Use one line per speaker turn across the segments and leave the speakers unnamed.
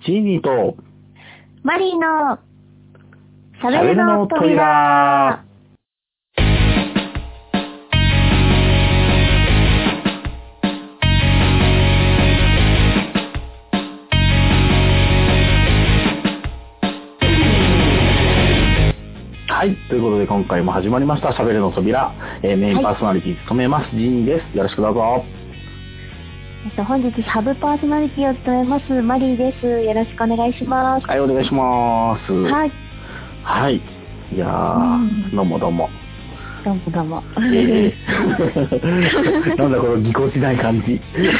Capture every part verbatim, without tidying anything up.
ジーニーと
マリーのしゃべ
喋る
るの
の扉。
扉。
はい、ということで今回も始まりましたしゃべるの扉、えー、メインパーソナリティ務めます、はい、ジーニーです。よろしくどうぞ。
えっと、本日サブパーソナリティを務めますマリーです。よろしくお願いします。
はい、お願いします。
はい。
はい。いやー、どうもどうも。
どうもどうも。
えー、なんだこのぎこちない感じ。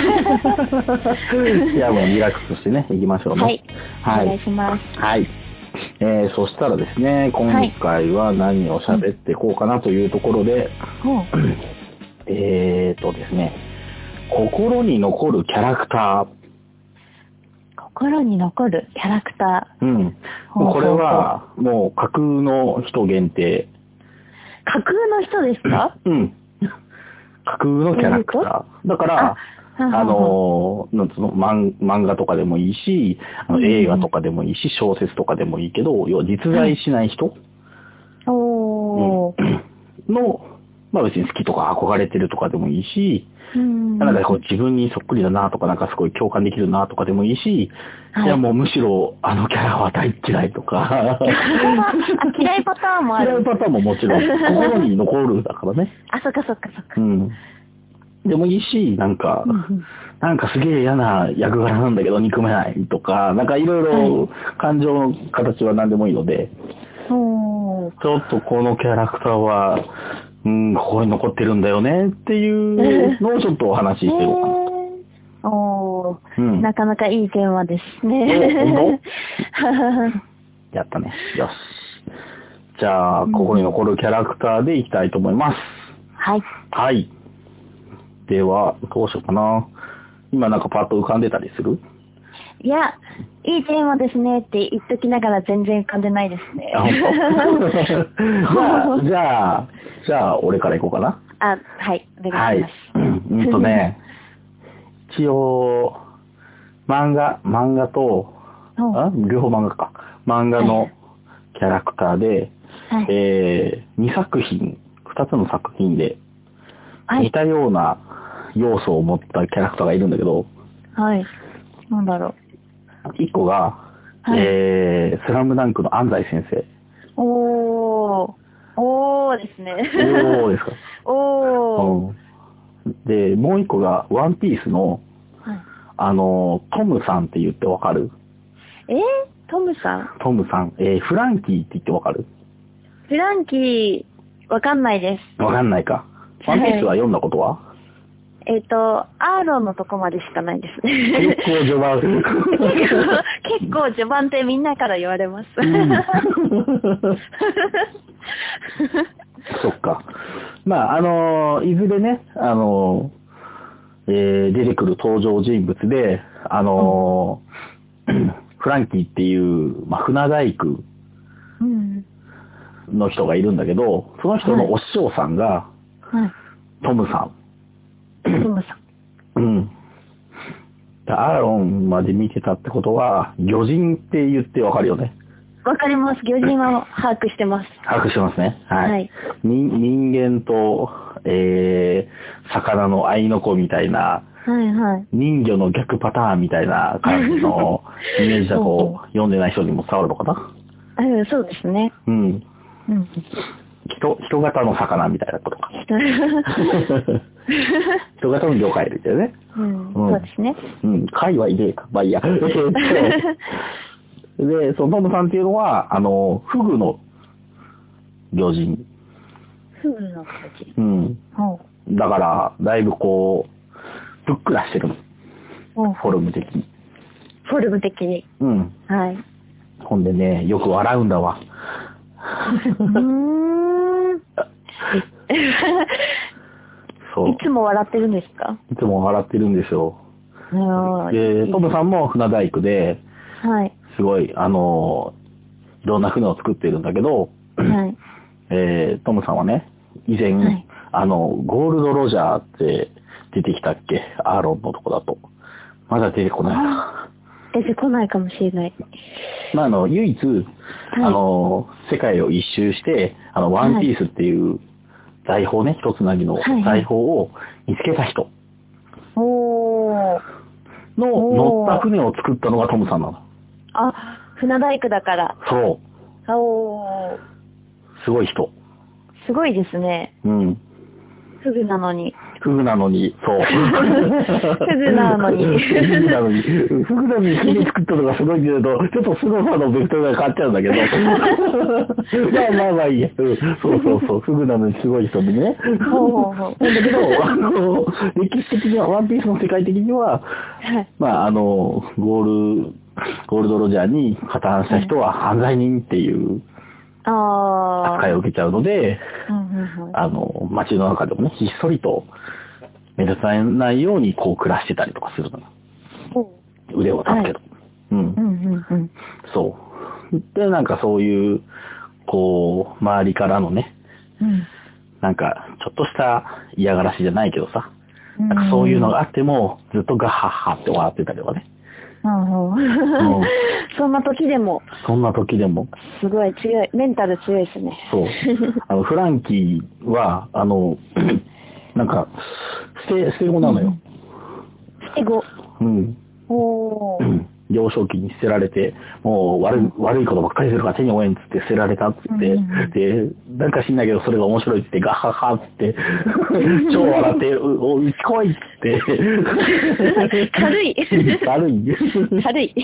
いや、もうリラックスしてね、行きましょうね。
はい。
はい、
お願いします。
はい。えー、そしたらですね、今回は何を喋っていこうかなというところで、
はい、
えーとですね、心に残るキャラクター。
心に残るキャラクタ
ー。うん。ほうほうほう、これは、もう架空の人限定。
架空の人ですか？
うん。架空のキャラクター。だから、あ, あの、なんつうの、漫, 漫画とかでもいいし、あの映画とかでもいいし、小説とかでもいいけど、要は実在しない人、
うん、お
ーの、まあ別に好きとか憧れてるとかでもいいし、うん、なんかこう自分にそっくりだなとか、なんかすごい共感できるなとかでもいいし、はい、いやもうむしろあのキャラは大嫌いとか。
あ、嫌いパターンもある。
嫌いパターンももちろん、心に残るだからね。
あ、そっかそっかそっか。
うん。でもいいし、なんか、うんうん、なんかすげえ嫌な役柄なんだけど憎めないとか、なんかいろいろ感情の形は何でもいいので、はい、ちょっとこのキャラクターは、うん、ここに残ってるんだよねっていうのをちょっとお話ししてようかなと。
えー、おー、うん、なかなかいいテーマです
ね。やったね。よし。じゃあ、ここに残るキャラクターでいきたいと思います。
はい。
はい。では、どうしようかな。今なんかパッと浮かんでたりする？
いや、いいテーマですねって言っときながら全然浮かんでないですね。
あ、本当？じゃあ、じゃあ、じゃあ、俺から行こうかな。
あ、はい、お願いします。
はい。うんとね、一応、漫画、漫画と、あ、両方漫画か。漫画のキャラクターで、はい、えー、にさく品、ふたつの作品で、似たような要素を持ったキャラクターがいるんだけど、
はい。なんだろう。
一個が、はい、えー、スラムダンクの安西先生。
おー。おーですね。
おーですか。
おー。
うん、で、もう一個が、ワンピースの、はい、あの、トムさんって言ってわかる？
えー、トムさん
トムさん。えー、フランキーって言ってわかる？
フランキー、わかんないです。
わかんないか。ワンピースは読んだことは？はい、
えっ、ー、と、アーロンのとこまでしかないですね。
結構序盤。
結構序盤ってみんなから言われます。うん、
そっか。まあ、あのー、いずれね、あのー、えー、出てくる登場人物で、あのーうん、フランキーっていう、まあ、船大工の人がいるんだけど、その人のお師匠さんが、はい、トムさん。
トムさ
ん。うん。アーロンまで見てたってことは、魚人って言ってわかるよね。
わかります。魚人は把握してます。
把握してますね。はい。はい、人間と、えー、魚の合いの子みたいな、はいはい、人魚の逆パターンみたいな感じのイメージだと、読んでない人にも伝わるのかな？
うん、そうですね。
うん。うん、人、人型の魚みたいなことか。人型の魚介類だよね。
うん、うん、そうですね。
うん、貝はいねえか。まあいいや。で、そのトムさんっていうのは、あの、フグの魚人。
フグの魚人。
うん。だから、だいぶこう、ぷっくらしてるの。フォルム的に。
フォルム的に。
うん。
はい。
ほんでね、よく笑うんだわ。
うーん。そう。いつも笑ってるんですか？
いつも笑ってるんですよ。で、トムさんも船大工で、はい。すごい、あの、いろんな船を作ってるんだけど、はい。えー、トムさんはね、以前、はい、あの、ゴールドロジャーって出てきたっけ？アーロンのとこだと。まだ出てこないな。
出てこないかもしれない。
まあ、あの、唯一、はい、あの、世界を一周して、あの、ワンピースっていう財宝ね、一つなぎの財宝を見つけた人。はいはい、おー。の乗った船を作ったのがトムさんなの。
あ、船大工だから。
そう。
おー。
すごい人。
すごいですね。
うん。
フグなのに。
フグなのに、そう。
フグなのに。
フグなのに。フグなのに船作ったのがすごいけれど、ちょっとすごさのベクトルが変わっちゃうんだけど。まあまあまあいいや。そうそうそう。フグなのにすごい人でね。
ほうほうほう。
なんだけど、あの、歴史的には、ワンピースの世界的には、はい、まああの、ゴール、ゴールドロジャーに加担した人は犯罪人っていう、扱いを受けちゃうので、あの、街の中でもね、ひっそりと目立たないようにこう暮らしてたりとかするのよ。腕を立つけど。うん。そう。で、なんかそういう、こう、周りからのね、うん、なんかちょっとした嫌がらしじゃないけどさ、なんかそういうのがあっても、ずっとガッハッハって笑ってたりとかね。
うんうん、そんな時でも。
そんな時でも。
すごい強い。メンタル強いですね。
そう。あの、フランキーは、あの、なんか、捨て、捨て子なのよ。
捨て子。
うん。おー。幼少期に捨てられて、もう悪い、悪いことばっかりするから手に負えんっつって捨てられたっつって、うん、で、なんか知んないけどそれが面白いっつってガッハッハっつって、超笑って、お、うち来いっつって。
軽い。
軽い。
軽い。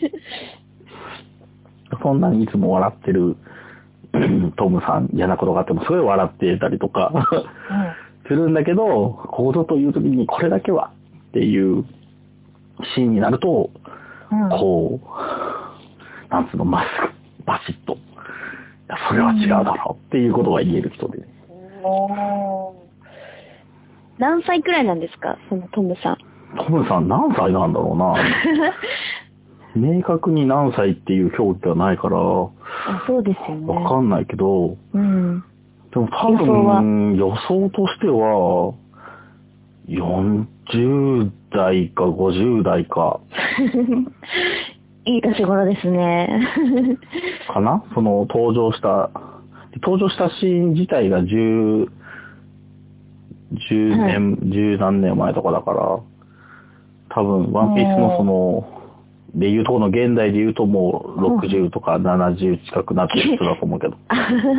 そんなにいつも笑ってるトムさん、嫌なことがあってもすごい笑ってたりとか、うん、するんだけど、行動という時にこれだけはっていうシーンになると、うん、こう、なんつうの、まっすぐ、バシッと、いや、それは違うだろうっていうことが言える人で、ね。
おー。何歳くらいなんですか、そのトムさん。
トムさん何歳なんだろうな。明確に何歳っていう表記がないから、
あ、そうですよね。
わかんないけど、
うん、
でも多分、予想としては、よんじゅう代かごじゅう代か。
いい年頃ですね。
かなその登場した、登場したシーン自体がじゅう、じゅうねん、じゅう何年前とかだから、多分、ワンピースのその、で言うとこの現代で言うともうろくじゅうとかななじゅう近くなってる人だと思うけど。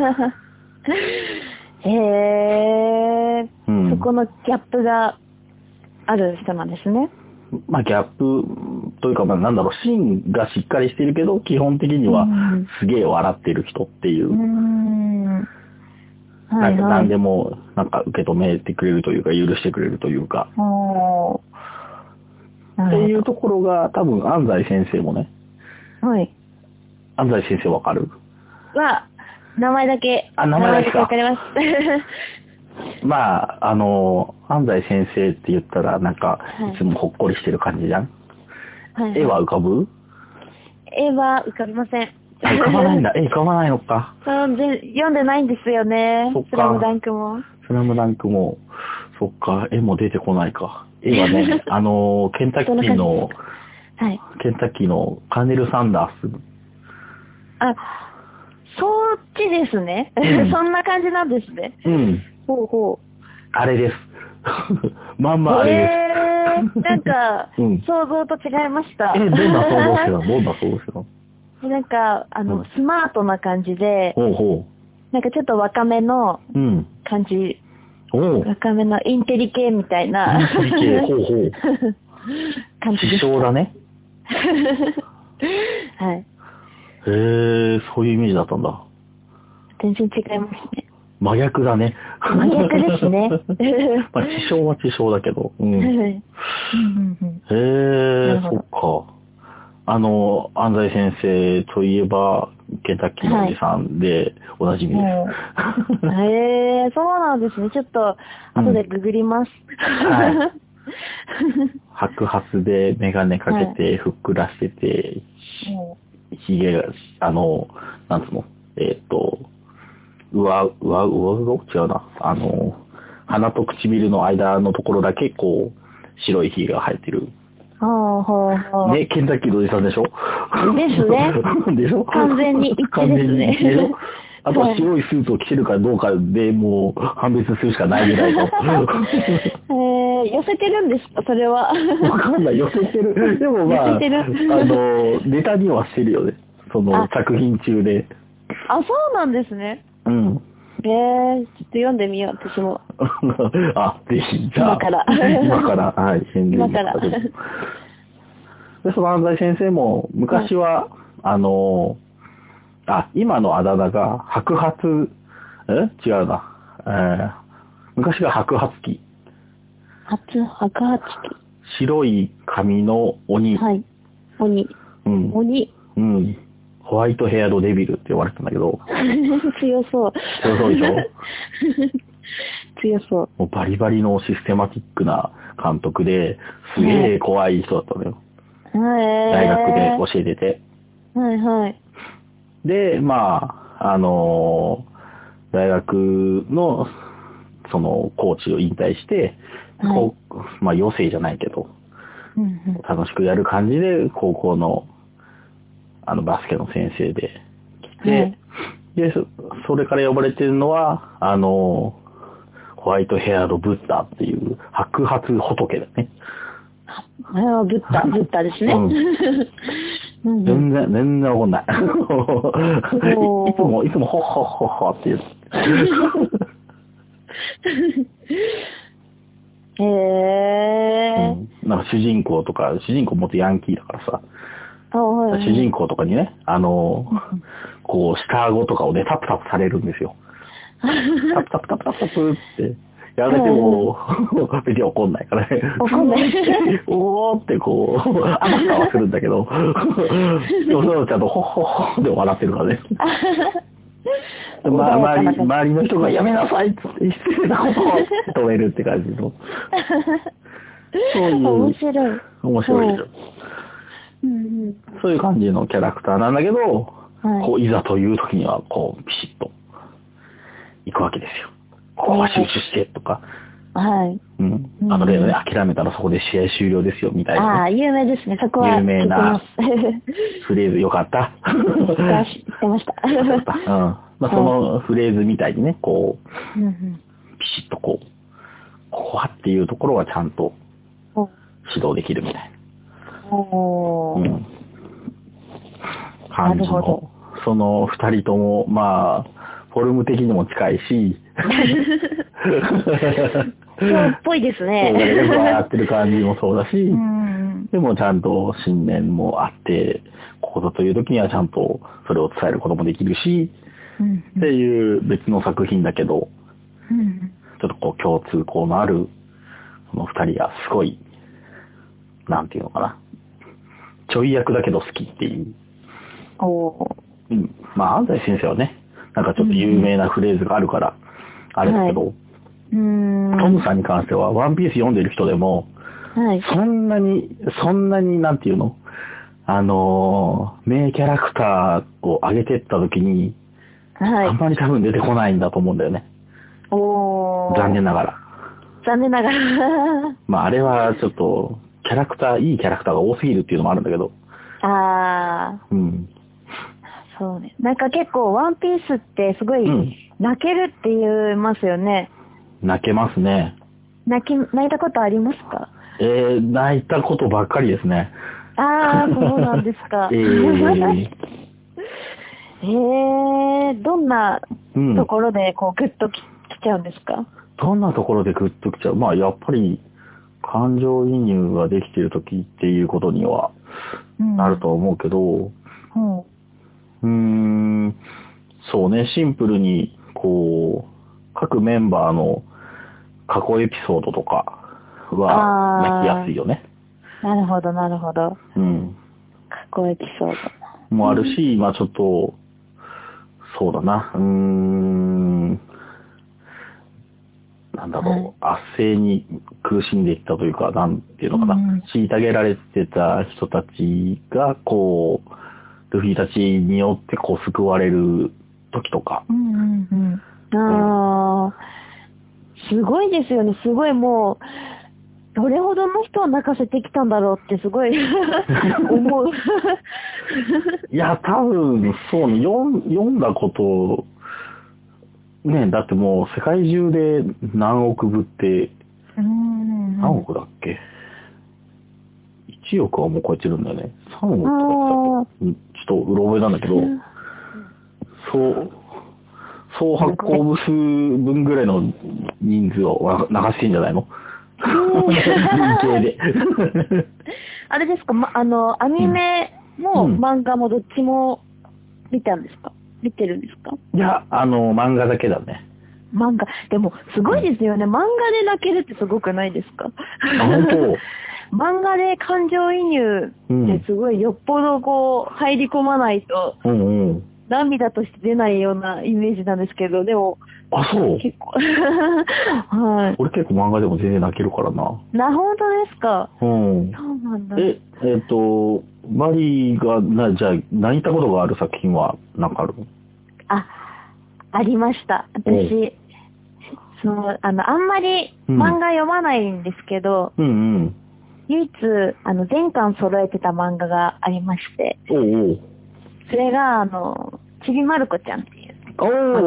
へえ、うん、そこのギャップがある人なんですね。
まあギャップというか、まあなんだろう、シーンがしっかりしてるけど、基本的にはすげえ笑ってる人っていう。うん、はいはい、なんか何でもなんか受け止めてくれるというか、許してくれるというか。っていうところが多分安西先生もね。はい。安西先生わかる？
は、名前だけ。
あ、名前だけか。
わかります。
まあ、あの、安西先生って言ったらなんか、いつもほっこりしてる感じじゃん？はい、絵は浮かぶ？
絵は浮かびません。
あ、浮かばないんだ。絵浮かばないのか。
読んで、読んでないんですよね。
そっか。
スラムダンクも。
スラムダンクも、そっか、絵も出てこないか。絵はね、あの、ケンタッキーの、はい。ケンタッキーのカーネル・サンダース。
あ、そっちですね。うん、そんな感じなんですね。
うん。
ほうほう。
あれです。まんまあれです。
えー、なんか、うん、想像と違いました。
え、どんな想像してたの？どんな想像してたの？
なんか、あの、うん、スマートな感じで、
ほうほう、
なんかちょっと若めの感じ、うん、若めのインテリ系みたいな。
インテリ系、ほうほう。
感じでした。
師匠だね。
はい。
へー、そういうイメージだったんだ。
全然違いますね。
真逆だね。
真逆ですね。
まあ、師匠は師匠だけど。うん、へー、そっか。あの、安西先生といえば、ケンタッキーのおじさんでおなじみです。
はい、へー、そうなんですね。ちょっと、後でググります。うん、はい。
白髪でメガネかけて、ふっくらしてて、ひげが、あの、なんつうの、えっと、上、上、上違うな。あの、鼻と唇の間のところだけ、こう、白いひげが生えてる
ああ、ほうほう。
ね、ケンタッキーのおじさんでしょ
ですね。
でしょ
完全に一致ですね。
完全に一致でしょ。あとは白いスーツを着てるかどうかでもう判別するしかないぐらいの。
えー、寄せてるんですか、それは。
わかんない、寄せてる。でもまあ、あ
寄せてる
の、ネタにはしてるよね。その作品中で。
あ、そうなんですね。
うん。
えー、ちょっと読んでみよう、私も。
あ、ぜひ、じゃあ。
今から。
今から、はい、宣伝
今から。
で、その安西先生も、昔は、はい、あの、あ、今のあだ名が白髪、え違うな。えー、昔が白髪期。
初、白髪期。
白い髪の鬼。
はい。鬼。
うん。
鬼。
うん。ホワイトヘアドデビルって言われてたんだけど。
強そう。
強そうでしょ
強そう。
もうバリバリのシステマティックな監督で、すげえ怖い人だったのよ。
はい、
大学で教えてて。
はいはい。
で、まあ、あのー、大学の、その、コーチを引退して、はい、こうまあ、余生じゃないけど、うんうん、楽しくやる感じで、高校の、あの、バスケの先生で来て、はい、で、それから呼ばれてるのは、あのー、ホワイトヘアドブッダっていう白髪仏だね。
ああ、ブッダ、ブッダですね。
うん、全然、全然わかんない。いつも、いつも、ほっほっほっほって言う。
へえ、
うん。なんか主人公とか、主人公もっとヤンキーだからさ。
はいはい、
主人公とかにね、あの、こう、下顎とかをね、タプタプされるんですよ。タプタプタプタプタプって。やられても、別に怒んないからね。
怒んない。
おーってこう、あたたはするんだけど、でもそれをちゃんとホッホッホッで笑ってるからね。まあ、周り、周りの人がやめなさいっつって失礼なことを止めるって感じの。そういう。
面白い。
面白いでしょ。
うんうん、
そういう感じのキャラクターなんだけど、はい、こう、いざという時には、こう、ピシッと、行くわけですよ。ここは集中してとか。
はい。
うん。あの例のね、諦めたらそこで試合終了ですよ、みたいな、ね。
ああ、有名ですね。そこは。
有名なフレーズよかった。
知ってました。
よかった。うん。まあ、そのフレーズみたいにね、こう、うんうん、ピシッとこう、ここはっていうところはちゃんと指導できるみたいな。おー。うん。感じの、その二人とも、まあ、フォルム的にも近いし、
そうっぽいですね。
よく笑ってる感じもそうだし、うん、でもちゃんと信念もあって、ここぞという時にはちゃんとそれを伝えることもできるし、うん、っていう別の作品だけど、うん、ちょっとこう共通項のある、その二人がすごい、なんていうのかな、ちょい役だけど好きっていう。おうん、まあ安西先生はね、なんかちょっと有名なフレーズがあるから、あれだけど、はい、うーんトムさんに関しては、ワンピース読んでる人でも、はい、そんなに、そんなになんていうのあのー、名キャラクターを上げてった時に、はい、あんまり多分出てこないんだと思うんだよね。お残念ながら。
残念ながら。
まああれはちょっと、キャラクター、いいキャラクターが多すぎるっていうのもあるんだけど。
ああ。うん。そうね。なんか結構ワンピースってすごい泣けるって言いますよね。
うん、泣けますね。
泣き、泣いたことありますか？
えー、泣いたことばっかりですね。
ああ、そうなんですか。えー、えー、どんなところでこうグッとき、きちゃうんですか？
どんなところでグッときちゃう？まあやっぱり感情移入ができている時っていうことにはなると思うけど、うんうんうーん、そうね、シンプルに、こう、各メンバーの過去エピソードとかは泣きやすいよね。
なるほど、なるほど。うん。過去エピソード。
もあるし、うん、まあちょっと、そうだな、うーん、なんだろう、はい、圧政に苦しんでいったというか、なんていうのかな、うん、虐げられてた人たちが、こう、ルフィたちによってこう救われる時とか。うんうんうん。ああ、
すごいですよね。すごいもう、 どれほどの人を泣かせてきたんだろうってすごい思う。
いや、多分、そうね、読ん、読んだこと、ね、だってもう世界中で何億部って、
うーん
何億だっけ ?いち 億はもう超えてるんだよね。さんおくとか言ってたっけ？ちょっとうろ覚えなんだけど、そう、総発行部数分ぐらいの人数を流してんじゃないの？累計で。
あれですか、ま、あの、アニメも漫画もどっちも見たんですか？見てるんですか？
いや、あの、漫画だけだね。
漫画。でも、すごいですよね。漫画で泣けるってすごくないですか？
あ、本当？
漫画で感情移入ってすごいよっぽどこう、入り込まないと、
うんうん、
涙として出ないようなイメージなんですけど、でも、
あ、そう？
結構。はい。
俺結構漫画でも全然泣けるからな。
な、本当ですか？
うん。
そうなんだ。
え、えっと、マリーが、な、じゃあ、泣いたことがある作品は何かあるの？
あ、ありました。私、そう、あの、あんまり漫画読まないんですけど、
うんうん、
唯一、あの、全巻揃えてた漫画がありまして、
おうおう、
それが、あの、ちびまる子ちゃんっていう。
お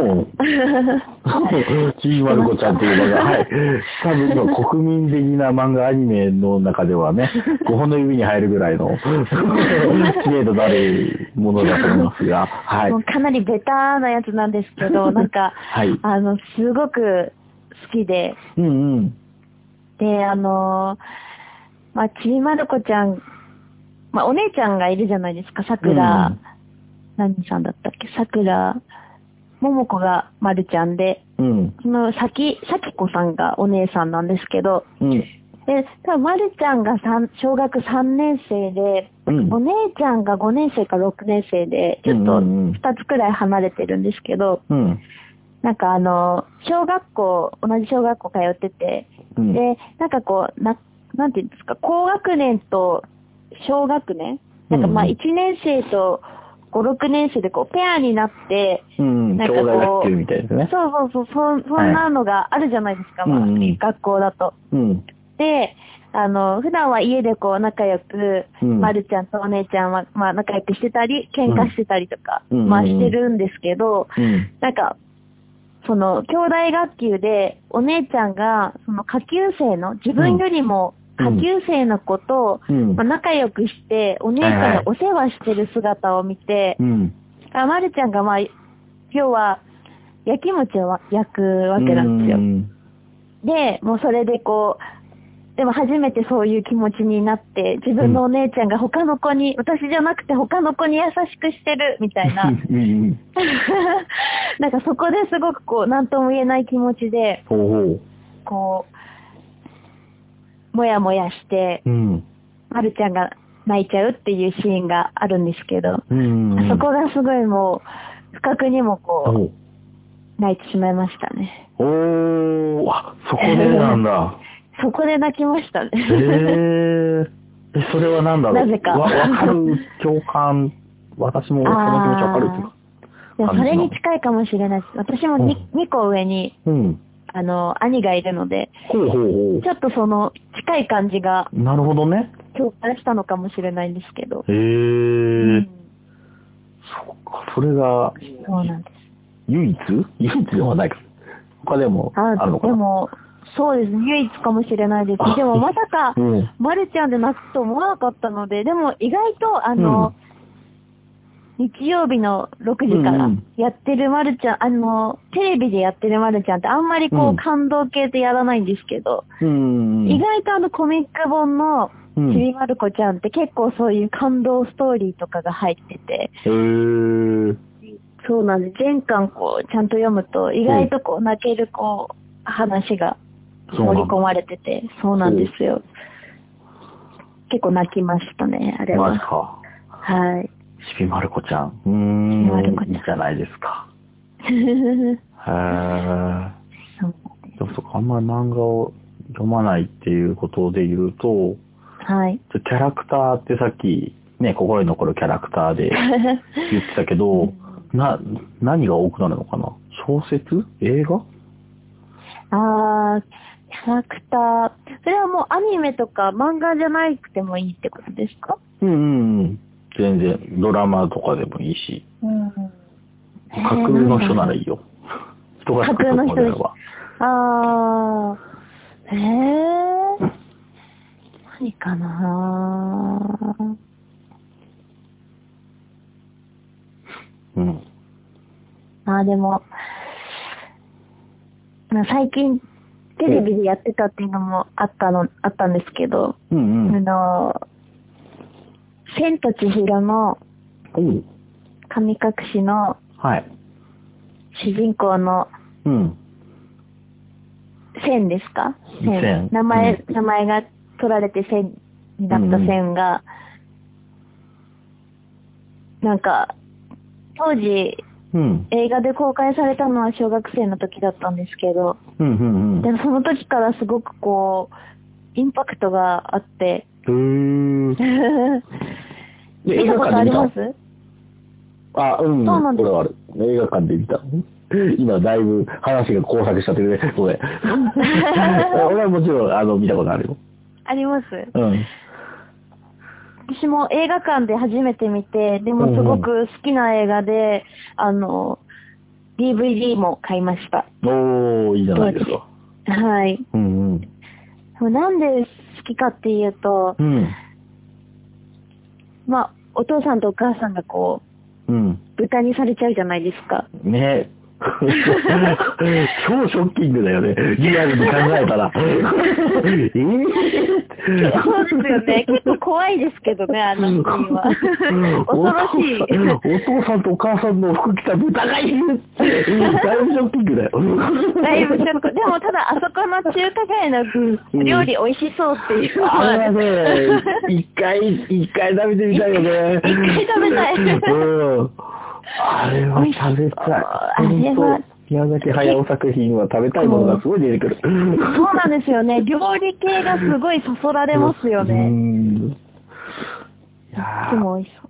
ーちびまる子ちゃんっていう漫画、はい。多分の国民的な漫画アニメの中ではね、ごほんの指に入るぐらいの知名度のあるものだと思いますが、はい。
もうかなりベタなやつなんですけど、なんか、はい、あの、すごく好きで、
うんうん、
で、あの、まあ、ちびまる子ちゃん、まあ、お姉ちゃんがいるじゃないですか、さくら、うん、何さんだったっけ、さくら、ももこがまるちゃんで、うん、そのさき、さきこさんがお姉さんなんですけど、うん、で、多分まるちゃんが小学さんねん生で、うん、お姉ちゃんがごねん生かろくねん生で、ちょっとふたつくらい離れてるんですけど、うん、なんかあの、小学校、同じ小学校通ってて、うん、で、なんかこう、な、なんていうんですか、高学年と小学年、なんかまあいちねん生とご、ろくねん生でこうペアになって、
うん、なんかこう、兄弟学級みたいですね。
そうそうそう、そ、そんなのがあるじゃないですか、はい、まあ、うん、学校だと。うん、で、あの、普段は家でこう仲良く、うん、まるちゃんとお姉ちゃんは、まあ仲良くしてたり、喧嘩してたりとか、うん、まあしてるんですけど、うん、なんか、その、兄弟学級で、お姉ちゃんが、その下級生の、自分よりも下級生の子と、うんまあ、仲良くして、お姉ちゃんがお世話してる姿を見て、はいはい、あまるちゃんがまあ、要は、焼き餅を焼くわけなんですよ。うん、で、もうそれでこう、でも初めてそういう気持ちになって、自分のお姉ちゃんが他の子に、うん、私じゃなくて他の子に優しくしてる、みたいな。なんかそこですごくこう、なんとも言えない気持ちで、こう、もやもやして、うん、まるちゃんが泣いちゃうっていうシーンがあるんですけど、うんうん、そこがすごいもう、不覚にもこう、泣いてしまいましたね。
おー、あ、そこでなんだ。
そこで泣きましたね。
へー。え、それはなんだろう。
なぜか。
わ、わかる、共感、私もその気持ちわかるっていうか。
でもそれに近いかもしれないです。私も 2, にこ上に、うん、あの、兄がいるので、
ほうほうほう、
ちょっとその、近い感じが、
なるほどね。
共感したのかもしれないんですけど。
へー。うん、そっか、それが、
そうなんです。
唯一唯一ではないか。他でもあるのかな。
でも、そうですね。唯一かもしれないです。でもまさか、うん、まるちゃんで泣くと思わなかったので、でも意外と、あの、うん、日曜日のろくじからやってるまるちゃん、あの、テレビでやってるまるちゃんってあんまりこう、うん、感動系でやらないんですけど、うん、意外とあのコミック本のちびまる子ちゃんって結構そういう感動ストーリーとかが入ってて、
へー、
そうなんです。全巻こう、ちゃんと読むと、意外とこう、泣けるこう、話が盛り込まれてて、そうなんですよ。結構泣きましたね、あれは。
マジか。
はい。
ちびまる子ちゃん。うーん。ちびまる子ちゃん。いいじゃないですか。へー。そうでもそっか、あんまり漫画を読まないっていうことで言うと、
はい。
キャラクターってさっき、ね、心に残るキャラクターで言ってたけど、な、何が多くなるのかな？小説？映画？
あー、 キャラクター、それはもうアニメとか漫画じゃなくてもいいってことですか？
うんうんうん。全然、ドラマとかでもいいし。うん。架空の人ならいいよ。人が作ったものであれば。
あー。へー。何かなぁ。うん。あーでも、まあ、最近テレビでやってたっていうのもあったの、あったんですけど、うんうん、あの、千と千尋の神隠しの主人公の千ですか？千。名前、うん、名前が取られて千になった千が、うん、なんか、当時、うん、映画で公開されたのは小学生の時だったんですけど、うんうんうん、でもその時からすごくこう、インパクトがあって、うーん見たことあります？
あ、うん、そうなんです。これはある。映画館で見た。今だいぶ話が交錯しちゃってるね。ごめん。俺はもちろんあの見たことあるよ。
あります？うん。私も映画館で初めて見て、でもすごく好きな映画で、うんうん、あの、ディーブイディー も買いました。
おー、いいじゃないですか。
はい。うんうん、なんで好きかっていうと、うん、まあ、お父さんとお母さんがこう、うん、豚にされちゃうじゃないですか。
ね超ショッキングだよね。リアルに考えたら。えー、
そうですよね。結構怖いですけどね、あのシーンは。恐ろしい。
お父さんとお母さんの服着た豚がいるって。だいぶショッキングだよ。
だいぶショック。でもただあそこの中華街の料理美味しそうっていうのは、
うん。あれはね、一回、一回食べてみたいよね。
一回食べたい。うん。
あれは食べたい。あれは宮崎駿作品は食べたいものがすごい出てくる。
そうなんですよね。料理系がすごいそそられますよね。うん。いやー。でも美味しそう。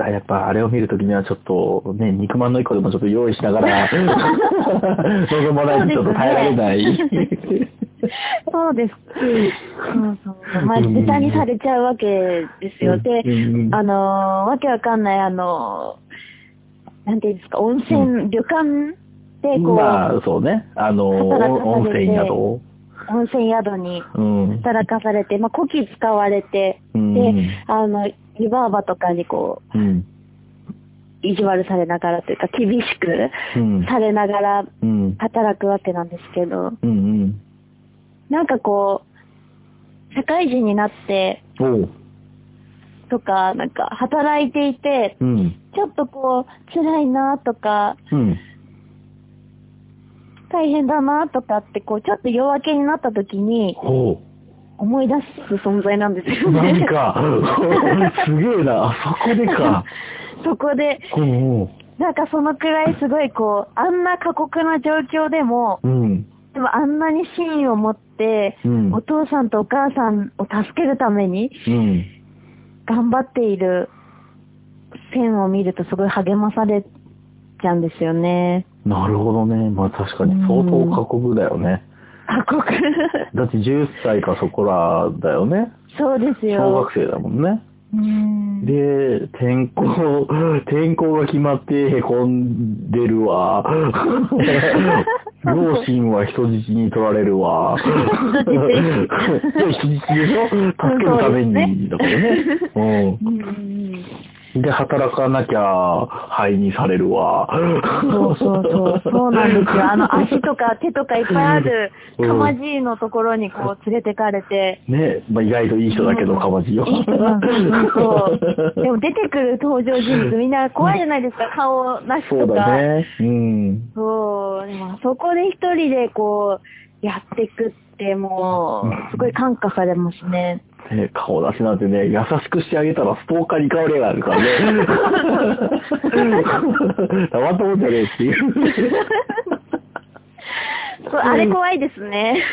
だやっぱあれを見るときにはちょっとね、肉まんの一個でもちょっと用意しながら望まないとちょっと耐えられない。
そうです。そうそう。まあ、豚にされちゃうわけですよ。で、あのー、わけわかんない、あのー、なんていうんですか、温泉、うん、旅館でこう、
まあ、そうね。あのー、温泉宿を。
温泉宿に働かされて、うん、まあ、こき使われて、うん、で、あの、湯婆婆とかにこう、うん、意地悪されながらというか、厳しくされながら働くわけなんですけど、うんうん、なんかこう、社会人になって、とか、なんか働いていて、うん、ちょっとこう、辛いなとか、うん、大変だなとかって、こう、ちょっと弱気になった時に、思い出す存在なんですよね。
何か、すげえな、そこでか。
そこで、なんかそのくらいすごいこう、あんな過酷な状況でも、うん、でもあんなに真意を持って、うん、お父さんとお母さんを助けるために、うん、頑張っている線を見るとすごい励まされちゃうんですよね。
なるほどね。まあ確かに相当過酷だよね。
過酷。
だってじゅっさいかそこらだよね。
そうですよ。
小学生だもんね。うんで、転校、転校が決まって凹んでるわ。両親は人質に取られるわ。人質でしょ？助けるために、だからね。うん。で、働かなきゃ、灰にされるわ。
そうそうそう、そうなんですよ。あの、足とか手とかいっぱいある、かまじいのところにこう、連れてかれて。
ね、まあ、意外といい人だけど、かまじいよ。
いい人なんですよ。そう。でも出てくる登場人物、みんな怖いじゃないですか、顔なしとか。
そうだね。うん。
そう。でも、そこで一人でこう、やっていくって、もう、すごい感化されますね。
ね、顔出しなんてね、優しくしてあげたらストーカーに変わりがあるからね。たまったもんじゃねえっていう。
そう、あれ怖いですね。ね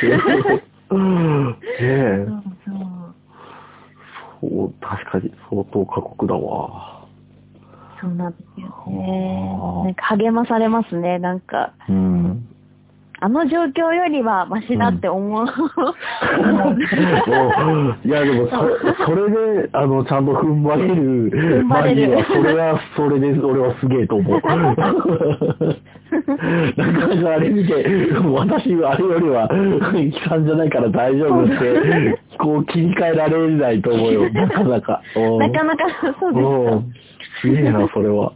え。そうそう。そう、確かに相当過酷だわ。
そうなんですよね。なんか励まされますね、なんか。うん。 あの状況よりはマシだって思う。うん、
いやでもそ、それで、あの、ちゃんと踏ん張れるマギは、それは、それで、俺はすげえと思う。なかなかあれ見て、私、あれよりは、悲惨じゃないから大丈夫って、こう切り替えられないと思うよ、なかなか。
なかなかそうですか。
すげえな、それは。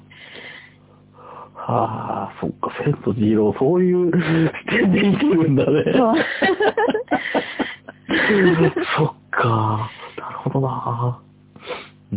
はあ、そっか、千と千尋、そういう視点で生きるんだね。そうそっか、なるほどな。うん。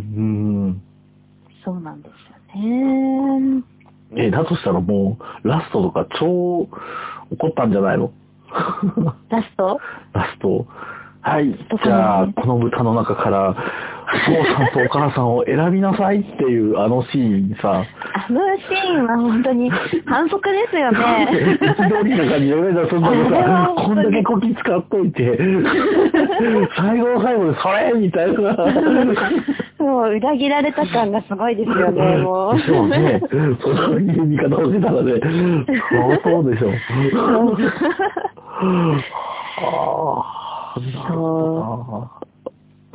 そうなんですよね。
え、だとしたらもう、ラストとか超怒ったんじゃないの？
ラスト？
ラスト。はい、じゃあ、この豚の中から、お父さんとお母さんを選びなさいっていうあのシーンさ。
あのシーンは本当に反則ですよね。
一通りな感じで、上田そんなのさ、こんだけこき使っといて、最後の最後でそれみたいな。
もう裏切られた感がすごいですよね、もう。
そうね。そういう見方をしてたらね、相当でしょ。
そう。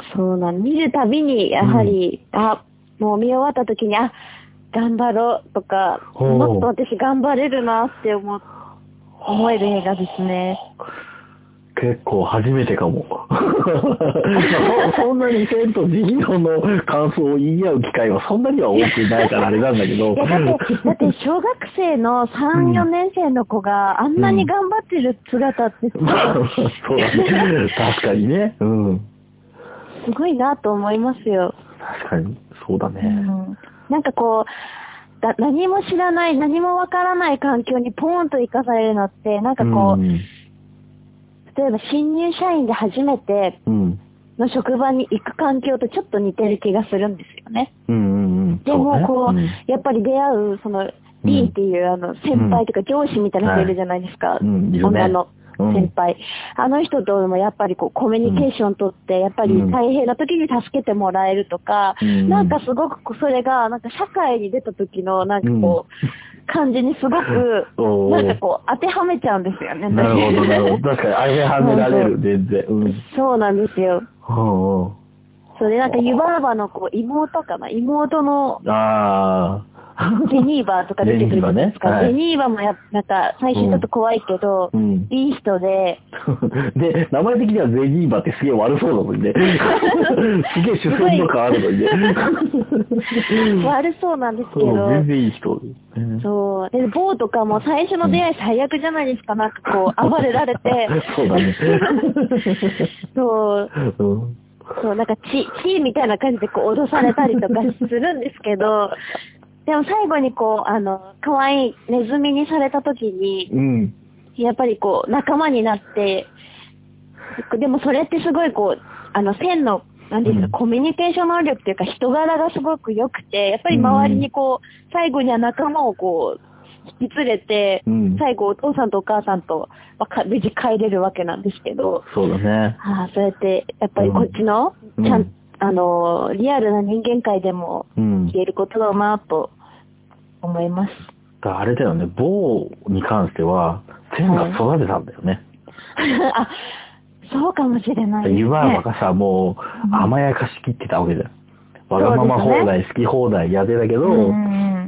そうなん、見るたびに、やはり、うん、あ、もう見終わった時に、あ、頑張ろうとか、もっと私頑張れるなって思、思える映画ですね。
結構初めてかも。そ, そんなに千と千尋の感想を言い合う機会はそんなには多くないからあれなんだけど。
だって、だって小学生のさん、よねん生の子があんなに頑張ってる姿ってすごい、うん、
そうだね。確かにね。うん。
すごいなと思いますよ。
確かに、そうだね。
うん、なんかこう、だ何も知らない、何もわからない環境にポーンと生かされるのって、なんかこう、うん、例えば新入社員で初めての職場に行く環境とちょっと似てる気がするんですよね。
うんうんうん、
でもこう、ね、うん、やっぱり出会うそのリーっていう、うん、あの先輩とか上司みたいな人いるじゃないですか。
うん、
女の先輩、うん。あの人ともやっぱりこうコミュニケーション取って、やっぱり大変な時に助けてもらえるとか、うん、なんかすごくそれがなんか社会に出た時のなんかこう、うん感じにすごく、なんかこう、当てはめちゃうんですよね。
なるほど、なるほど。確かに当てはめられる、全然、うん。
そうなんですよ。
うんうん、
それなんか湯婆婆のこう、妹かな妹の、
ああ。
ジェニーバーとか出てくるじゃないですか。ジェニーバーもや、なんか、最初ちょっと怖いけど、うん、いい人で。
で、名前的にはジェニーバーってすげえ悪そうなのにね。すげえ主戦の感あるのに
ね。悪そうなんですけど。
全然いい人。
そう。で、ボーとかも最初の出会い最悪じゃないですか。なんかこう、暴れられて。
そうだね。
そう。うんそう、なんか血、血みたいな感じでこう脅されたりとかするんですけど、でも最後にこう、あの、可愛いネズミにされた時に、うん、やっぱりこう、仲間になって、でもそれってすごいこう、あの、線の、なんていうか、うん、コミュニケーション能力っていうか人柄がすごく良くて、やっぱり周りにこう、最後には仲間をこう、引き連れて、うん、最後お父さんとお母さんと、まあ、無事帰れるわけなんですけど。
そうだね。
はあ、そうやって、やっぱりこっちの、うん、ちゃん、あの、リアルな人間界でも言えることだなと思います。
うん、あれだよね、ボーに関しては、線が育てたんだよね。
はい、あ、そうかもしれないですね。
湯婆婆がさ、もう甘やかしきってたわけじゃん。わがまま放題、好き放題やってたけど、うん、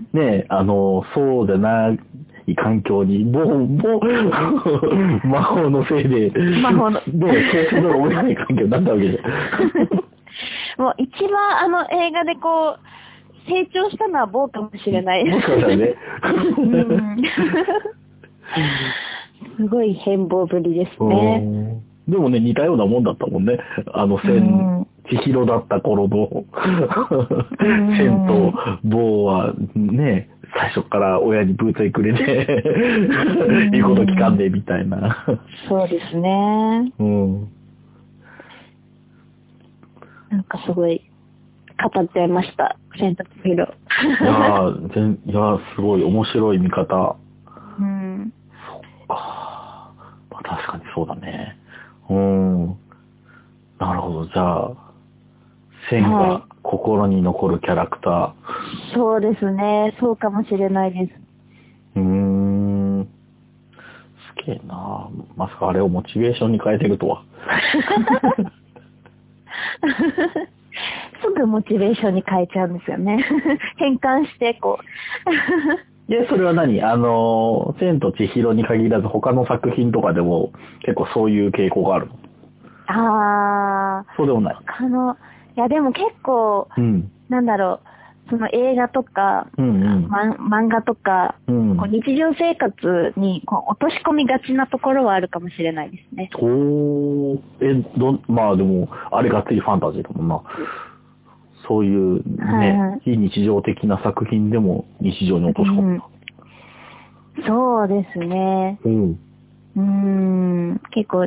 ね、あの、そうじゃない環境に、もう、もう、魔法のせいで、
魔法の。
で、そうするのが追えない環境になったわけじゃん。
もう一番あの映画でこう、成長したのはボーかもしれない。
もしかしたらね。
すごい変貌ぶりですね。
でもね、似たようなもんだったもんね。あの、千、千尋だった頃の、千と坊はね、最初から親にブーツにくれて、言うこと聞かんで、みたいな。
そうですね。
うん。
なんかすごい、語っちゃいました。千と千尋。
いやー、いやすごい面白い見方。
うん。
そっか。まあ確かにそうだね。うん。なるほど。じゃあ、千が心に残るキャラクター。はい、
そうですね。そうかもしれないです。
うーん。すげげえな。まさかあれをモチベーションに変えてるとは。
すぐモチベーションに変えちゃうんですよね。変換してこ
う。いや、それは何あの、千と千尋に限らず他の作品とかでも結構そういう傾向があるの？
あ
ー。そうでもない。
他の、いやでも結構、うん、なんだろう、その映画とか、うんうんま、漫画とか、うん、こう日常生活にこう落とし込みがちなところはあるかもしれないですね。
おー、え、ど、まあでも、あれがっつりファンタジーだもんな。そういうね、はいはい、非日常的な作品でも日常に落とし込む、
うん。そうですね。うん。うーん、結構、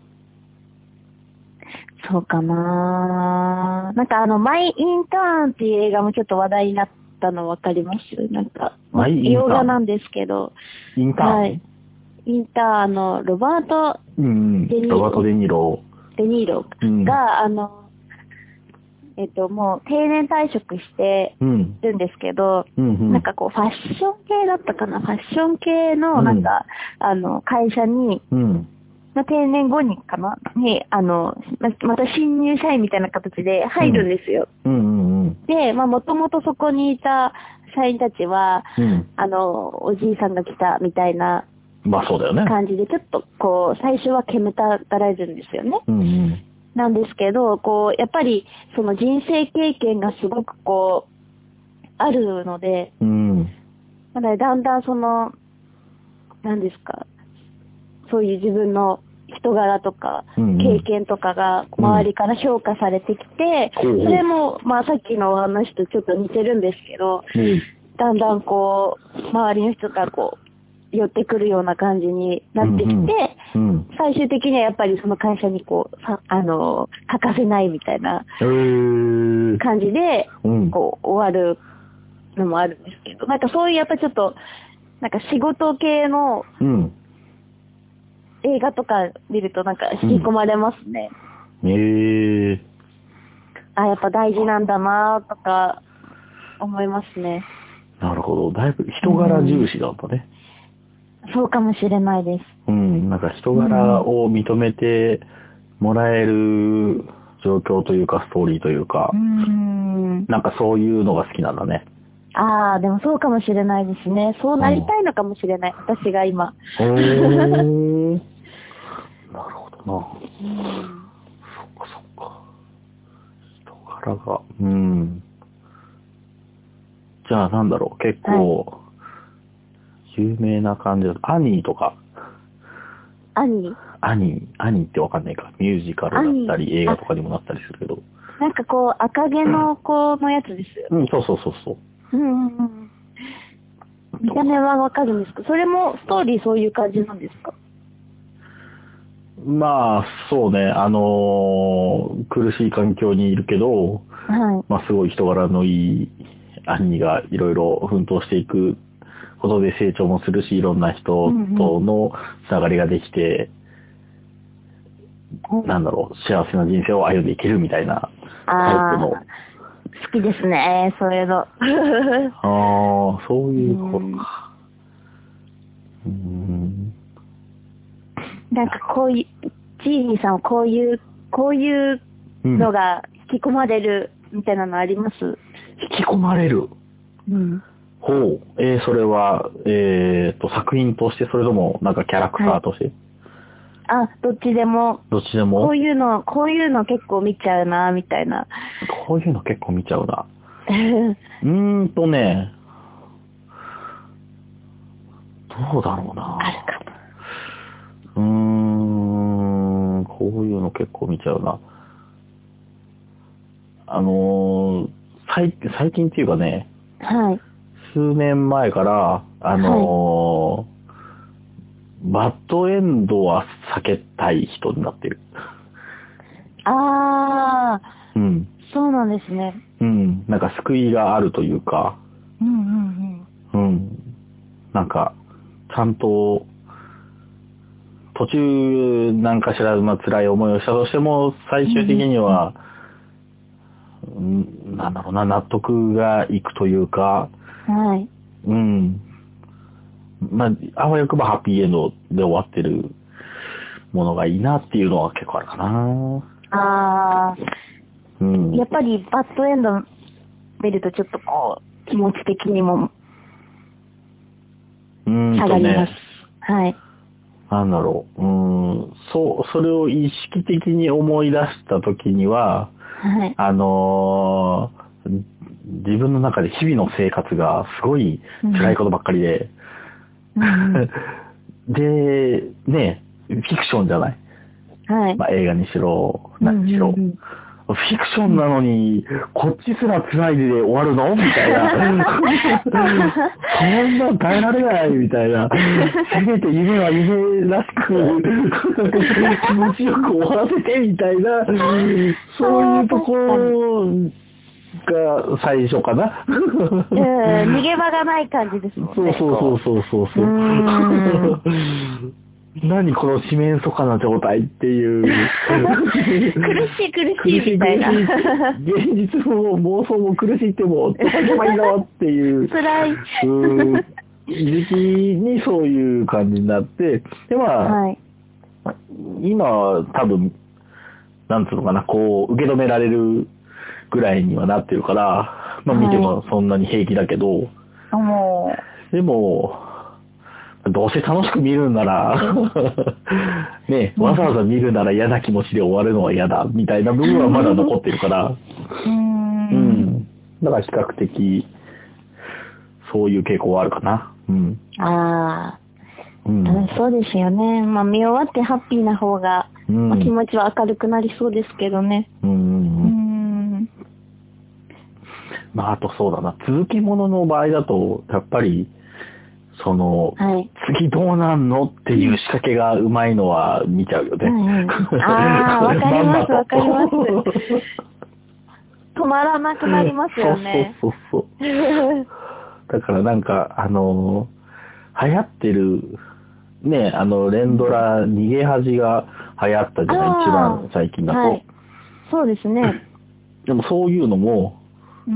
そうかな。なんかあの、マイ・インターンっていう映画もちょっと話題になったの分かります？なんか、マイ・インターン洋画なんですけど。
インターン、はい。
インターンのロバート・
デニーロ。うん、ロバート・デニーロ。
デニーロが、うん、あの、えっと、もう定年退職してるんですけど、うんうんうん、なんかこうファッション系だったかな、ファッション系のなんか、うん、あの、会社に、うん、まあ、定年後にかなに、あの、また新入社員みたいな形で入るんですよ。うんうんうんうん、で、まあもともとそこにいた社員たちは、うん、あの、おじいさんが来たみたいな、
まあそうだよね。
感じで、ちょっとこう、最初は煙たがられるんですよね。うんうんなんですけど、こう、やっぱり、その人生経験がすごくこう、あるので、うん。だからだんだんその、何ですか、そういう自分の人柄とか、経験とかが周りから評価されてきて、うん、それも、まあさっきのお話とちょっと似てるんですけど、うん、だんだんこう、周りの人がこう、寄ってくるような感じになってきて、うんうん、最終的にはやっぱりその会社にこう、さあの、欠かせないみたいな感じで、こう、終わるのもあるんですけど、なんかそういうやっぱちょっと、なんか仕事系の映画とか見るとなんか引き込まれますね。うん、へー。あ、やっぱ大事なんだなとか思いますね。
なるほど。だいぶ人柄重視だったね。うん
そうかもしれないです。
うん、なんか人柄を認めてもらえる状況というかストーリーというか、うん、なんかそういうのが好きなんだね。
ああ、でもそうかもしれないですね。そうなりたいのかもしれない、うん、私が今。
おー。なるほどな。うん、そっかそっか。人柄が、うん。じゃあなんだろう、結構、はい、有名な感じだと、アニーとか。
アニー
アニー、アニーってわかんないか。ミュージカルだったり、映画とかにもなったりするけど。
なんかこう、赤毛の子のやつですよ、
うん、そうそうそうそう。うんうん
うん。見た目はわかるんですけど、それもストーリーそういう感じなんですか？
まあ、そうね、あのー、苦しい環境にいるけど、はい、まあすごい人柄のいい兄がいろいろ奮闘していくことで成長もするし、いろんな人とのつながりができて、うんうん、なんだろう、幸せな人生を歩んでいけるみたいなタイプの。
好きですね、そういうの。あ
あ、そういうことか。うーん。
なんかこういう、ジーニーさんはこういう、こういうのが引き込まれるみたいなのあります？うん、
引き込まれる。うん。ほう。えー、それは、えーと、作品として、それとも、なんかキャラクターとして、
はい、あ、どっちでも。
どっちでも。
こういうの、こういうの結構見ちゃうな、みたいな。
こういうの結構見ちゃうな。うーんとね、どうだろうな。
あるかな。
うーん、こういうの結構見ちゃうな。あのー、最、最近っていうかね、はい。数年前から、あのーはい、バッドエンドは避けたい人になってる。
あー、うん。そうなんですね。
うん。なんか救いがあるというか、
うんうん
うん。うん。なんか、ちゃんと、途中何かしら、まあ、辛い思いをしたとしても、最終的には、うん、なんだろうな、納得がいくというか、はい。うん。 まあ、あわよくばハッピーエンドで終わってるものがいいなっていうのは結構あるかな。
ああ、
うん。
やっぱりバッドエンド見るとちょっとこう、気持ち的にも、
うん
下がります。はい。
なんだろう。うん、そう、それを意識的に思い出したときには、
はい。
あのー、自分の中で日々の生活がすごい辛いことばっかりで、
うん、
で、ね、フィクションじゃない。
はい。
まあ映画にしろ、何にしろ。
うんうんうん
フィクションなのに、こっちすら辛いで終わるのみたいな。そんな耐えられないみたいな。せめて夢は夢らしく、気持ちよく終わらせてみたいな、そういうところが最初かな。
うん、逃げ場がない感じですもんね。
そうそうそうそうそう。う何この四面楚歌な状態っていう。
苦しい苦しいみたいな。
現実も妄想も苦しいっても、どうしようもいいのっていう。
辛い。
うん時期にそういう感じになって、でまあ、はい、今は多分、なんつうのかな、こう、受け止められるぐらいにはなってるから、まあ見てもそんなに平気だけど、
はい、
でも、どうせ楽しく見るんなら、ね、わざわざ見るなら嫌な気持ちで終わるのは嫌だ、みたいな部分はまだ残ってるから、うん。だから比較的、そういう傾向はあるかな。うん。
ああ。うん、そうですよね。まあ見終わってハッピーな方が、うん、まあ、気持ちは明るくなりそうですけどね。うん。うん
まああとそうだな。続きものの場合だと、やっぱり、その、はい、次どうなんのっていう仕掛けがうまいのは見ちゃうよね。うんうん、
ああ、わかりますわかります。止まらなくなりますよね。
そうそうそうそう。だからなんか、あのー、流行ってる、ね、あの、連ドラ、逃げ恥が流行ったじゃない、一番最近だと、はい。
そうですね。
でもそういうのも、うんうん、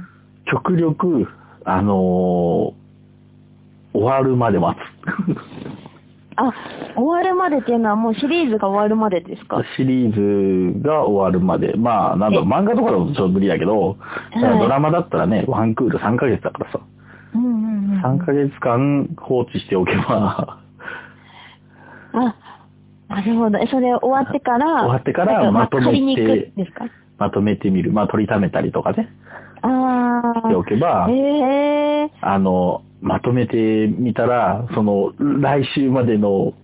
極力、あのー、終わるまで待つ。
あ、終わるまでっていうのはもうシリーズが終わるまでですか？
シリーズが終わるまで。まあ、なんだろう、漫画とかだとちょっと無理だけど、だからドラマだったらね、ワンクールさんかげつだからさ。うんうんうん、さんかげつかん放置しておけば。
あ、なるほど。それ終わってから、
終わってからまとめて、
ですか？
まとめてみる。まあ、取りためたりとかね。ああ。しておけば、へー。あの、まとめてみたら、その、来週までの、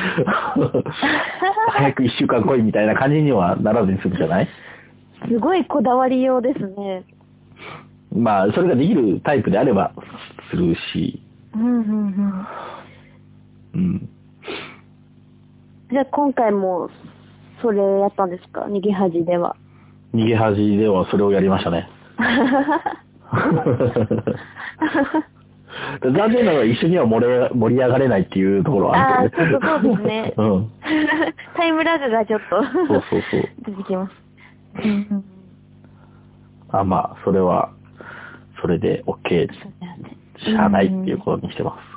早く一週間来いみたいな感じにはならずに済むじゃない？
すごいこだわりようですね。
まあ、それができるタイプであれば、するし。うん、うん、うん。うん。
じゃあ今回も、それやったんですか？逃げ恥では。
逃げ恥ではそれをやりましたね。残念ながら一緒には盛れ盛り上がれないっていうところはあるけどね。
ああ、ちょっとそうですね。うん。タイムラグがちょっと
そうそうそう
出てきます。
あ、まあ、それは、それで OK。しゃあないっていうことにしてます。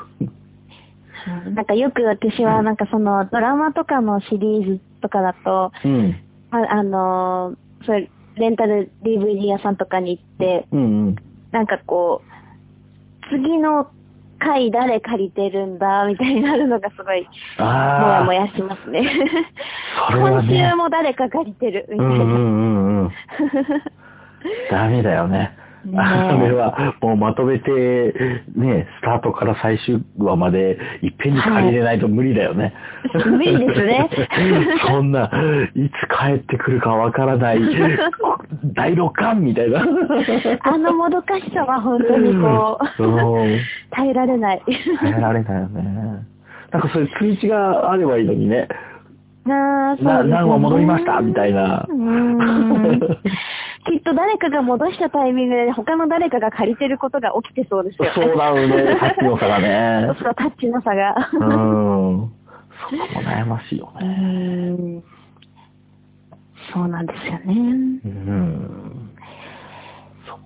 なんかよく私はなんかそのドラマとかのシリーズとかだと、うん、あ, あのー、それレンタル ディーブイディー 屋さんとかに行って、うんうん、なんかこう、次の回誰借りてるんだみたいになるのがすごい、もやもやしますね。今週も誰か借りてるみたいな。うんうんうん、
ダメだよね。ね、あれはもうまとめて、ね、スタートから最終話までいっぺんに借りれないと無理だよね。
はい、無理ですね。
そんな、いつ帰ってくるかわからない、だいろっかんみたいな。
あのもどかしさは本当にこう、耐えられない。
耐えられないよね。なんかそういう通知があればいいのにね。
なあ、そう
な、何話戻りましたみたいな。
うーんきっと誰かが戻したタイミングで他の誰かが借りてることが起きてそうですよね。
そうだよね。タッチの差がね。
そう、タッチの差が。
うん。そこも悩ましいよね。
うんそうなんですよね。うん。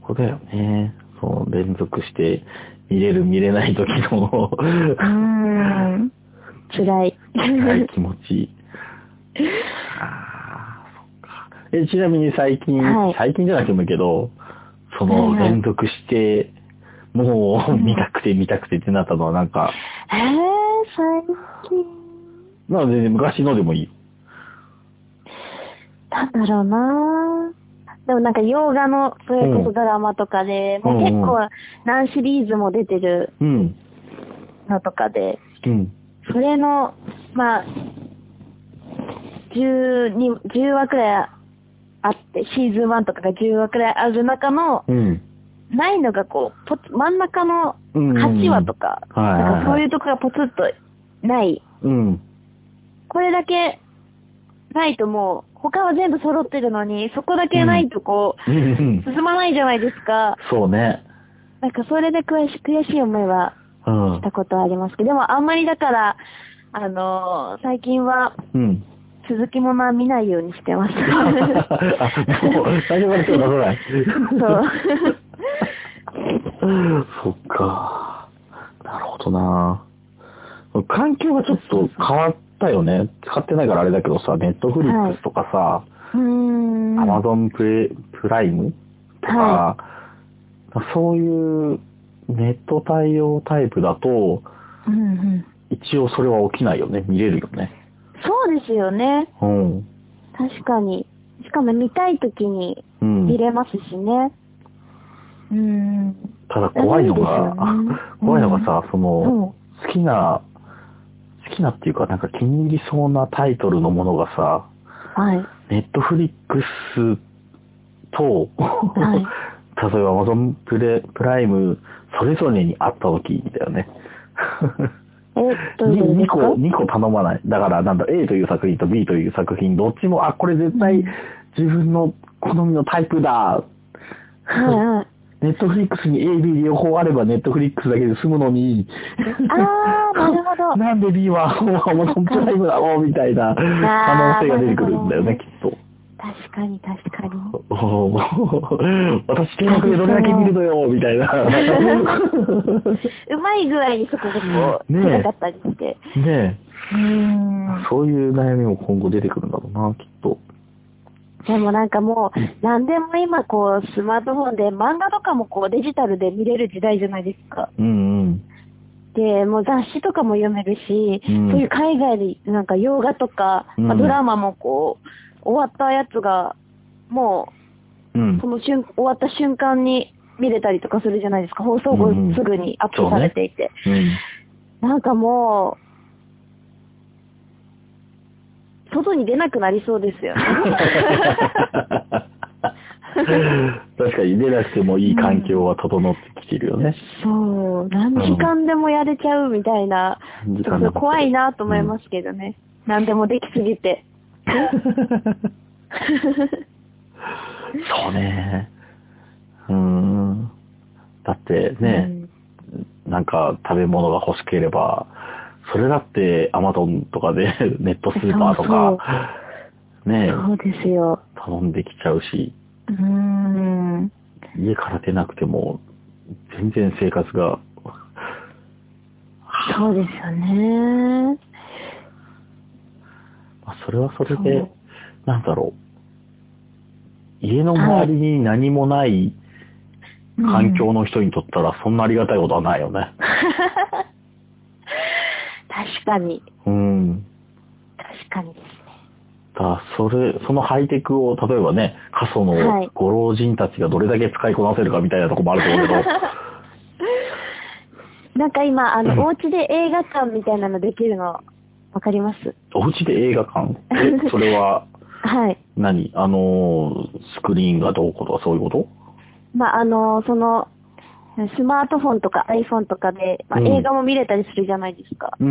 そこだよね。そう、連続して見れる見れない時のう
ーん。辛い。
辛い気持ち。ああ、そっか。え、ちなみに最近、はい、最近じゃなくてもいいけど、その、連続して、もう、見たくて見たくてってなったのはなんか。
えー、最近。
まあ全然昔のでもいい。
なんだろうなぁ。でもなんか洋画の、それこそドラマとかで、うん、もう結構何シリーズも出てるのとかで、うん、それの、まあ、じゅうに、じゅうわくらいあって、シーズンワンとかがじゅうわくらいある中の、うん、ないのがこう、ポツ、真ん中のはちわとか、うん、なんかそういうとこがポツッとない。うん、これだけないともう、他は全部揃ってるのに、そこだけないとこう、うん、進まないじゃないですか。
そうね。
なんかそれで悔し悔しい思いはしたことはありますけど、うん、でもあんまりだから、あのー、最近は、うん続きものは見ないようにしてます。あ、もう、
最初から手を出さない。
そう。
そっか。なるほどな。環境がちょっと変わったよね。使ってないからあれだけどさ、ネットフリックスとかさ、はい、うーんアマゾンプレ、プライムとか、はい、そういうネット対応タイプだと、うんうん、一応それは起きないよね。見れるよね。
そうですよね。うん。確かに。しかも見たいときに見れますしね。うん。うん
ただ怖いのが、ね、怖いのがさ、うん、その、うん、好きな、好きなっていうかなんか気に入りそうなタイトルのものがさ、はい。ネットフリックスと、はい、例えば Amazon プレ、プライム、それぞれにあったときだよね。
えっと、
にこ、にこ頼まない。だから、なんだ、A という作品と B という作品、どっちも、あ、これ絶対自分の好みのタイプだ。はい。ネットフリックスに A、B 両方あればネットフリックスだけで済むのに。
あー、なるほど。
なんで B は Amazon プライムだろうみたいな可能性が出てくるんだよね、きっと。
確かに確かに。
私契約でどれだけ見るのよみたいな。
うまい具合にそこでこう、ねえ。かったりして。
ねえ。うん。そういう悩みも今後出てくるんだろうな、きっと。
でもなんかもう、何でも今こう、スマートフォンで漫画とかもこう、デジタルで見れる時代じゃないですか。うんうん。で、もう雑誌とかも読めるし、うん、そういう海外でなんか洋画とか、うんまあ、ドラマもこう、終わったやつが、もう、うん、その瞬、終わった瞬間に見れたりとかするじゃないですか。放送後すぐにアップされていて。うんねうん、なんかもう、外に出なくなりそうですよね。
確かに出なくてもいい環境は整ってきてるよね。
うん、そう。何時間でもやれちゃうみたいな。うん、怖いなと思いますけどね。うん、何でもできすぎて。
そうね。うーん。だってね、うん、なんか食べ物が欲しければ、それだってアマゾンとかでネットスーパーとか、そうそうね、
そうですよ。
頼んできちゃうし、うーん家から出なくても全然生活が。
そうですよね。
それはそれで、なんだろう。家の周りに何もない環境の人にとったらそんなありがたいことはないよね。
確かに。うん。確かにですね。
だそれ、そのハイテクを、例えばね、過疎のご老人たちがどれだけ使いこなせるかみたいなところもあると思うけど。
なんか今、あの、お家で映画館みたいなのできるの、わかります？
お家で映画館？え、それは、はい。何？あの、スクリーンがどうこうとかそういうこと？
まあ、あの、その、スマートフォンとか iPhone とかで、まあ、映画も見れたりするじゃないですか。うんうん、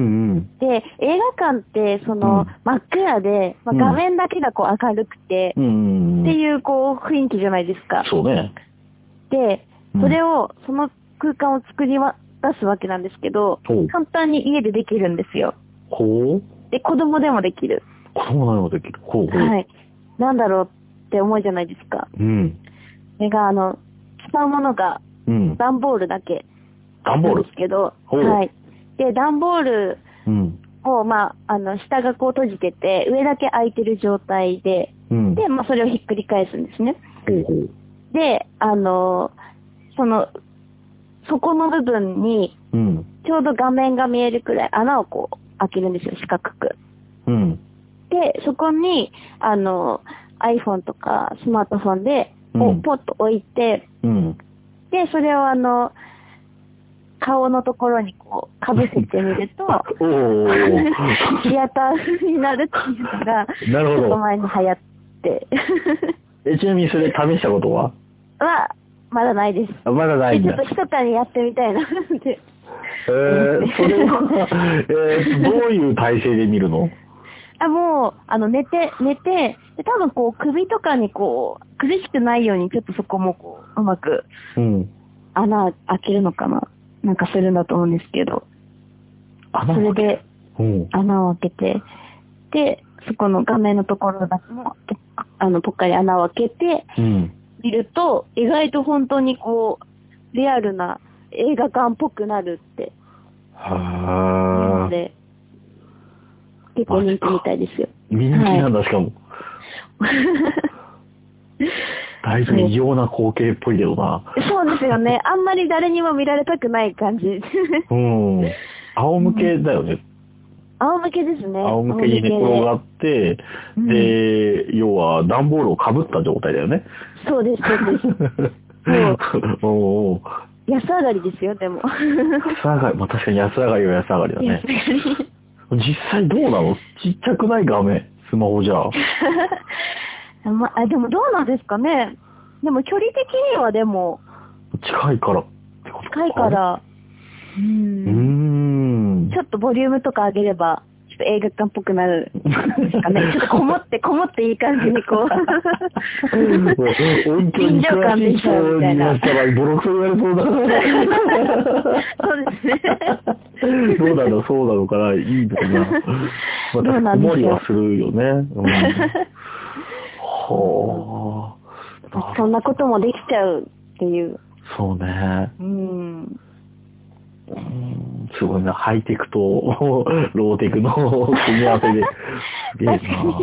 で、映画館って、その、うん、真っ暗で、まあ、画面だけがこう明るくて、うん、っていうこう雰囲気じゃないですか。
そうね。
で、それを、その空間を作り出すわけなんですけど、うん、簡単に家でできるんですよ。ほう。で、子供でもできる。
子供でもできる。ほうほう。
はい。なんだろうって思うじゃないですか。うん。それが、あの、使うものが、うん、段ボールだけ。
段ボール
なんですけど、はい。で、段ボールを、まあ、あの、下がこう閉じてて、上だけ開いてる状態で、うん、で、まあ、それをひっくり返すんですね。うん、で、あの、その、底の部分に、ちょうど画面が見えるくらい穴をこう開けるんですよ、四角く。うん、で、そこに、あの、iPhone とかスマートフォンで、うん、ポッと置いて、うん、で、それをあの、顔のところにこう、かぶせてみると、シアター風になるっていうのが、なるほど。ちょっと前に流行って。
え、ちなみにそれ試したことは
は、まだないです。
あ、まだないんだ。
ちょっと密かにやってみたいなって。
えー、それは、えー、どういう体勢で見るの？
あ、もう、あの、寝て、寝て、で多分こう、首とかにこう、苦しくないように、ちょっとそこもこう、うまく、穴開けるのかな、なんかするんだと思うんですけど。それで、穴を開けて、で、そこの画面のところだけも、あの、ぽっかり穴を開けて、見ると、意外と本当にこう、リアルな映画館っぽくなるって。はぁー。で、結構人気みたいですよ。
人気なんだ、はい、しかも。だいぶ異様な光景っぽいけどな。
そうですよね。あんまり誰にも見られたくない感じ。
うん。仰向けだよね。
仰向けですね。
仰向けに寝転がって、うん、で、要は段ボールをかぶった状態だよね。
そうです、そうです。そうお安上がりですよ、でも。
安上がり、まあ確かに安上がりは安上がりだね。実際どうなの？ちっちゃくない画面、スマホじゃ。
まあ、でもどうなんですかね。でも距離的にはでも。
近いからってことか。
近いから。うーん。うーんちょっとボリュームとか上げれば、ちょっと映画館っぽくなるんですかね。ちょっとこもって、こもっていい感じにこう。臨場感でしょみたいな。
ボロクソ言われそうだ。
そうですね。
どうなの、そうなのかな、いいのかな。また、こもりはするよね。うん、は
あ。そんなこともできちゃうっていう。
そうね。うん。うん、すごいな、ハイテクとローテクの組み合わせで。すげえな。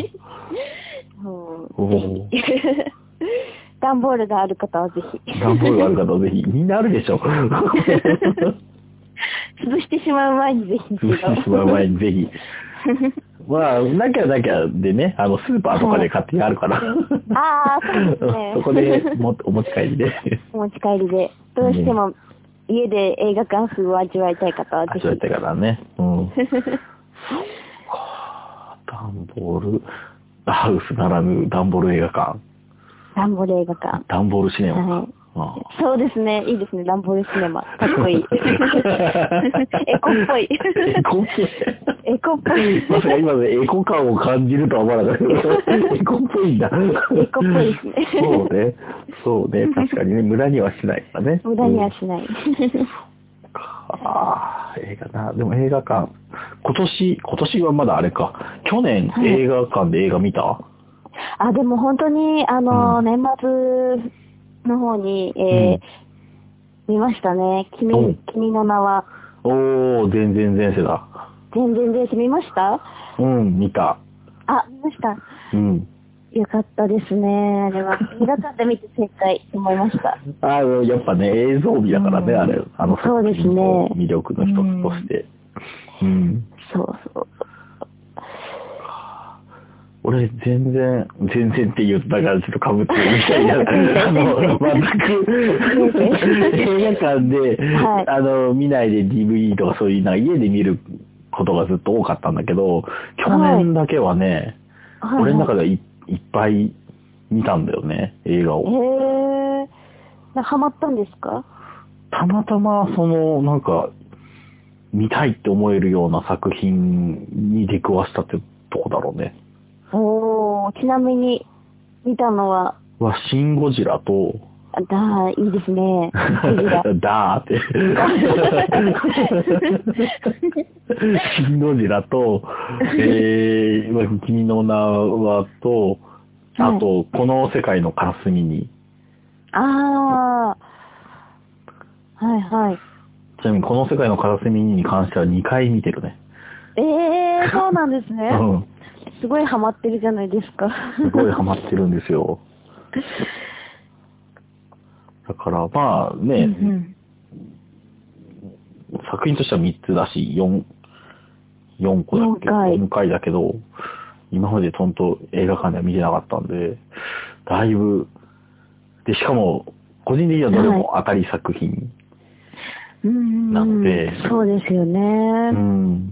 段ボールがある方はぜひ。
段ボールがある方はぜひ。みんなあるでしょ。
潰してしまう前にぜひ。
潰してしまう前にぜひ。まあ、なきゃなきゃでね、あの、スーパーとかで買ってあるから。
ああ、そうですね。
そこでもお持ち帰りで。
お持ち帰りで。どうしても、家で映画館風を味わいたい方はぜひ。
味わいたい方はね。うん。そっか。段ボール、ハウスならぬ段ボール映画館。
段ボール映画館。
段ボールシネマ。はい
ああそうですね。いいですね。段ボールシネマ。かっこいい。エコっぽい。
エコっぽい。
エコっぽい。
まさか今のエコ感を感じるとは思わなかったけど、エコっぽいんだ。
エコっぽいですね。
そうね。そうね。確かにね。無駄にはしないからね。
無駄にはしない。
ああ、映画な。でも映画館。今年、今年はまだあれか。去年映画館で映画見た？はい、
あ、でも本当に、あの、うん、年末、の方に、えーうん、見ましたね。君、君の名は。
おー、全然前世だ。
全然前世見ました？
うん、見た。
あ、見ました。うん。よかったですね。あれは、映画館で見て正解と思いました。
あの、やっぱね、映像美だからね、うん、あれ。あの、
そうですね。
魅力の一つとして。うん。うん、
そうそう。
俺、全然、全然って言ったからちょっと被ってるみたいな。あの、全く、映画館で、はい、あの、見ないで ディーブイディー とかそういう、なんか家で見ることがずっと多かったんだけど、去年だけはね、はい、俺の中ではい、いっぱい見たんだよね、映画を。
へー。ハマったんですか？
たまたま、その、なんか、見たいって思えるような作品に出くわしたってとこだろうね。
おー、ちなみに、見たのは
は、シン・ゴジラと、
だー、いいですね。ゴジラ。
だーって。シン・ゴジラと、えー、君の名はと、あと、はい、この世界の片隅に。
あー、はいはい。
ちなみにこの世界の片隅に関してはにかい見てるね。
ええー、そうなんですね。うん。すごいハマってるじゃないですか。
すごいハマってるんですよ。だからまあね、うんうん、作品としてはみっつだし、よん、よんこだっけ？ よん 回だけど、今までとんと映画館では見てなかったんで、だいぶ、で、しかも、個人的にはどれも当たり作品なので、
はい、そうですよね。うん。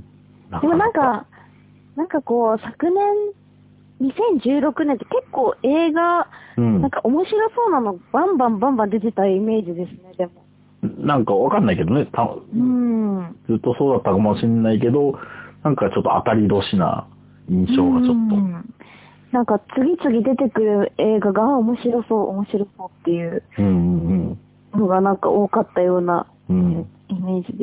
でもなんか、なんかこう、昨年、にせんじゅうろくねんって結構映画、うん、なんか面白そうなのバンバンバンバン出てたイメージですね、でも。
なんかわかんないけどね、たうん、ずっとそうだったかもしれないけど、なんかちょっと当たり年な印象がちょっと。うん、
なんか次々出てくる映画が面白そう、面白そうっていうのがなんか多かったようなイメージです。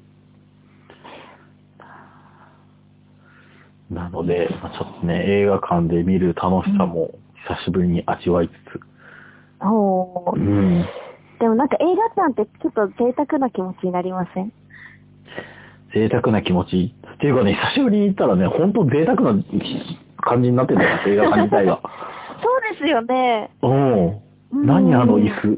なので、ちょっとね、映画館で見る楽しさも久しぶりに味わいつつ。
うん、おー。うん、でもなんか映画館ってちょっと贅沢な気持ちになりません？
贅沢な気持ちっていうかね、久しぶりに行ったらね、ほんと贅沢な感じになってるんだよ、映画館自体が。
そうですよね。
うん。何あの椅子。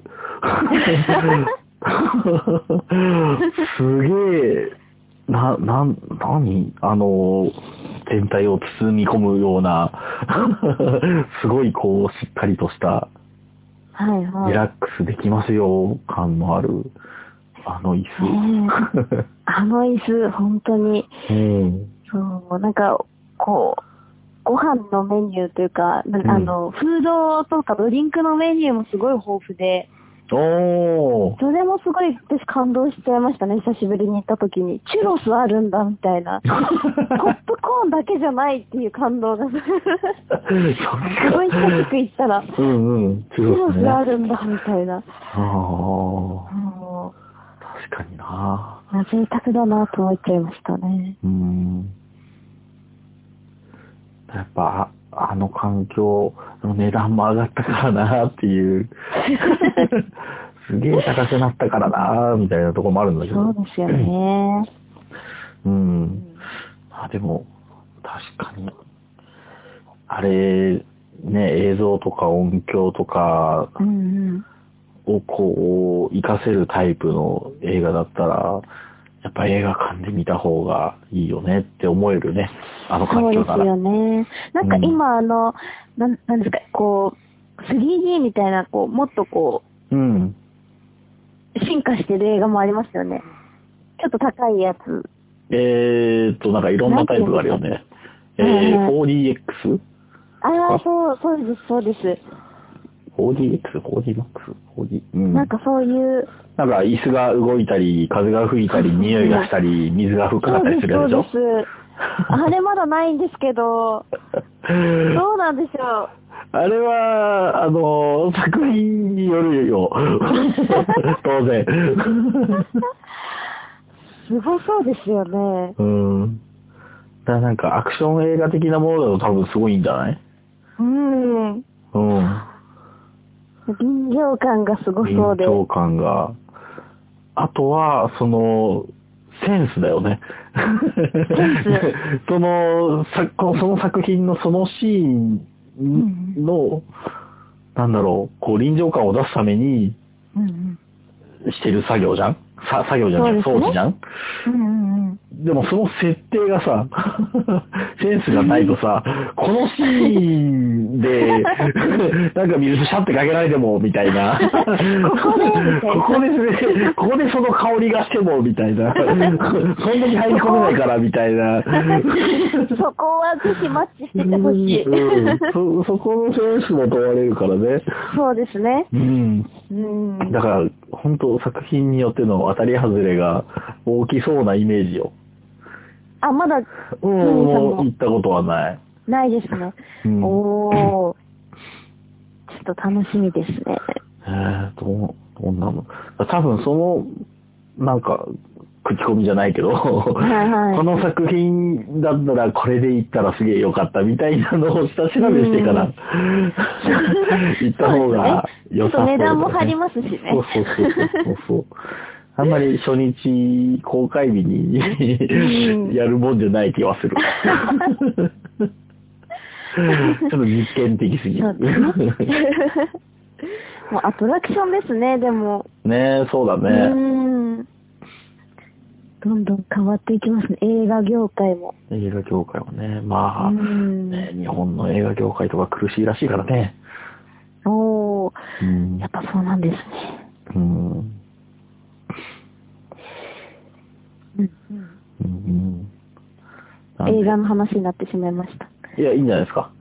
すげえ、な、な、なにあの、全体を包み込むような、すごいこう、しっかりとした、はいはい、リラックスできますよ、感のある、あの椅子。
えー、あの椅子、本当に。うん、そう、なんか、こう、ご飯のメニューというか、うん、あの、フードとかドリンクのメニューもすごい豊富で、おー。それもすごい私感動しちゃいましたね、久しぶりに行った時に。チュロスあるんだ、みたいな。ポップコーンだけじゃないっていう感動が。すごい久しく行ったら、うんうん、チュロス、ね、チュロスあるんだ、みたいな。あ
あ。確かにな。
贅沢だなと思っちゃいましたね。うん。
やっぱ、あの環境の値段も上がったからなっていう。すげえ高くなったからなみたいなところもあるんだけど。
そうですよね。
うん。あ、でも、確かに。あれ、ね、映像とか音響とかをこう、活かせるタイプの映画だったら、やっぱ映画館で見た方がいいよねって思えるね。あの環境なら。
そうですよね。なんか今、うん、あの、なん、なんですか、こう、スリーディー みたいな、こう、もっとこう、うん、進化してる映画もありますよね。ちょっと高いやつ。
えーっと、なんかいろんなタイプがあるよね。えー、フォーディーエックス？
ああ、そう、そうです、そうです。
フォーディーエックス？ フォーディーマックス？ フォーディー、うん。
なんかそういう。
なんか椅子が動いたり、風が吹いたり、匂いがしたり、水が吹かかったりするやつでしょ？
そうです、そうです。あれまだないんですけど、どうなんでしょう。
あれは、あの、作品によるよ。当然。
すごそうですよね。
うん。だからなんかアクション映画的なものだと多分すごいんじゃない？うん。うん。
臨場感がすごそうで。
臨場感が。あとは、その、センスだよね。その、その作品のそのシーンの、うん、なんだろう、こう臨場感を出すために、してる作業じゃん？さ作業じゃない、装置じゃん？うんうんうん、でもその設定がさ、センスがないとさ、このシーンで、なんか水シャってかけられても、みたいな。ここで、ここで、ここでその香りがしても、みたいな。そんなに入り込めないから、みたいな。
そこはぜひマッチしててほしい、
うん。そ、そこのセンスも問われるからね。
そうですね。うん。
うん、だから、本当作品によっての当たり外れが大きそうなイメージよ。
あ、まだ、
うん、もう行ったことはない。
ないですね。うん、おー。ちょっと楽しみですね。
えー、どう、どんなの。多分その、なんか、口コミじゃないけど、はいはい、この作品だったらこれで行ったらすげえ良かったみたいなのを下調べしてから行った方が良さそうだね。
ちょっと値段も張りますしね。
そうそうそうそうそう。 あんまり初日公開日にやるもんじゃない気はする。ちょっと実験的すぎる。
もうアトラクションですね、でも。
ねえ、そうだね。うん。
どんどん変わっていきますね、映画業界も。
映画業界もね、まあ、ね、日本の映画業界とか苦しいらしいからね。
おー、うん、やっぱそうなんですね。うん。うんうんうん、映画の話になってしまいました。
いや、いいんじゃないですか。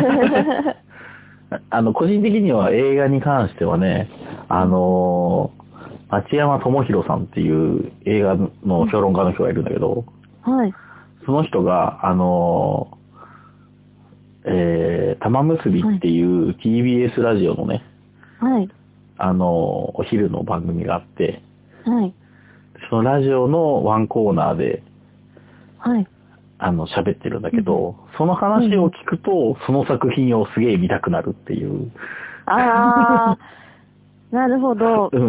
あの、個人的には映画に関してはね、あのー、町山智博さんっていう映画の評論家の人がいるんだけど、はい。その人が、あのー、えー、玉結びっていう ティービーエス ラジオのね、はい。あのー、お昼の番組があって、はい。そのラジオのワンコーナーで、はい。あの、喋ってるんだけど、うん、その話を聞くと、うん、その作品をすげえ見たくなるっていう。
ああ、なるほど。うん。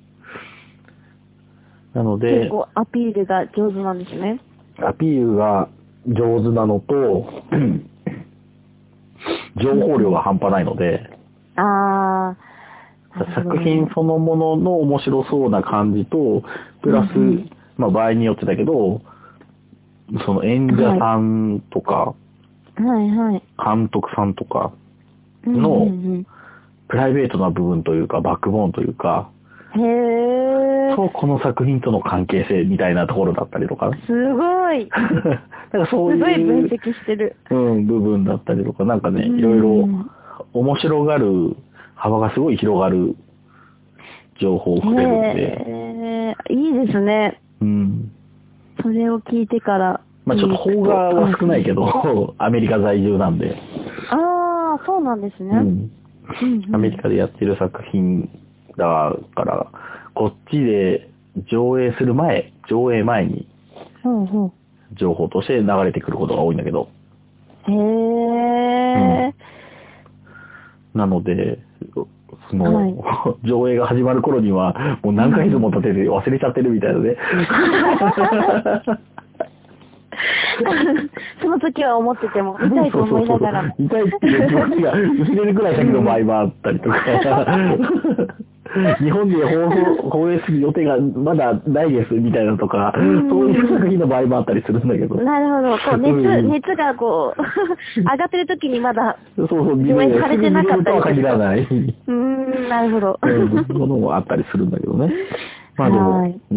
なので、
結構アピールが上手なんですね。
アピールが上手なのと、情報量が半端ないので、うん、ああ、作品そのものの面白そうな感じと、プラス、うんうん、まあ場合によってだけど、その演者さんとか、はいはい、監督さんとかのプライベートな部分というか、バックボーンというか、へー。と、この作品との関係性みたいなところだったりとか。
すごい。なんかそういう。すごい分析してる。
うん、部分だったりとか、なんかね、いろいろ面白がる、幅がすごい広がる情報をくれるんで。
へー。いいですね。うん。それを聞いてから。
まあちょっと邦画は少ないけど、アメリカ在住なんで。
ああ、そうなんですね。うん。
アメリカでやってる作品だから、こっちで上映する前、上映前に、情報として流れてくることが多いんだけど。へー。うん、なので、その、はい、上映が始まる頃には、もう何回でも経てて忘れちゃってるみたいなね。
その時は思ってても、痛いと思いながらも。
痛いっていう気持ちが薄れるくらい先の場合もあったりとか。日本で放送、放映する予定がまだないですみたいなとか、そういう作品の場合もあったりするんだけど。
なるほど。こう熱、熱がこう、上がってる時にまだ、そうそう、上映されてなかったりとか。
限らない。う
ーん、なるほど。
ものもあったりするんだけどね。まあでも、うん、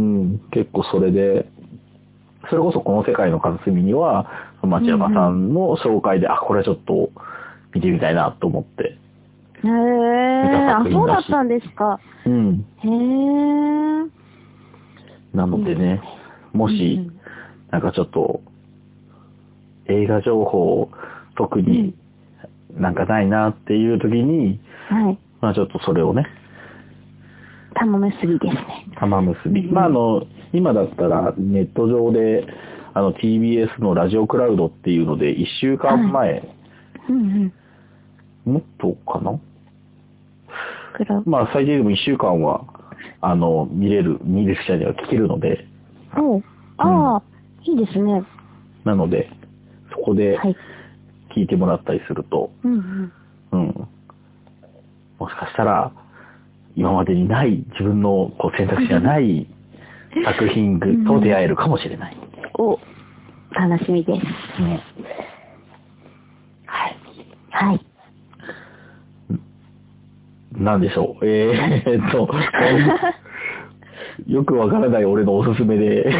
結構それで、それこそこの世界の片隅には、町山さんの紹介で、うんうん、あ、これちょっと見てみたいなと思って。
へー、あ、そうだったんですか。うん。へー。
なのでね、もし、うん、なんかちょっと、映画情報、特になんかないなっていう時に、うん、はい。まあちょっとそれをね、
玉結びですね。
玉結び。うん、まああの、今だったらネット上で、あの ティービーエス のラジオクラウドっていうので、いっしゅうかんまえ、はい、うんうん、もっとかな、まあ最低でもいっしゅうかんは、あの、見れる、見る人には聞けるので。
おう、ああ、うん、いいですね。
なので、そこで聞いてもらったりすると、はい、うん、うん、もしかしたら、今までにない自分のこう選択肢がない作品と出会えるかもしれない。
うん、お、楽しみです。うん、はい。はい。
なんでしょう。えー、っと、よくわからない俺のおすすめで。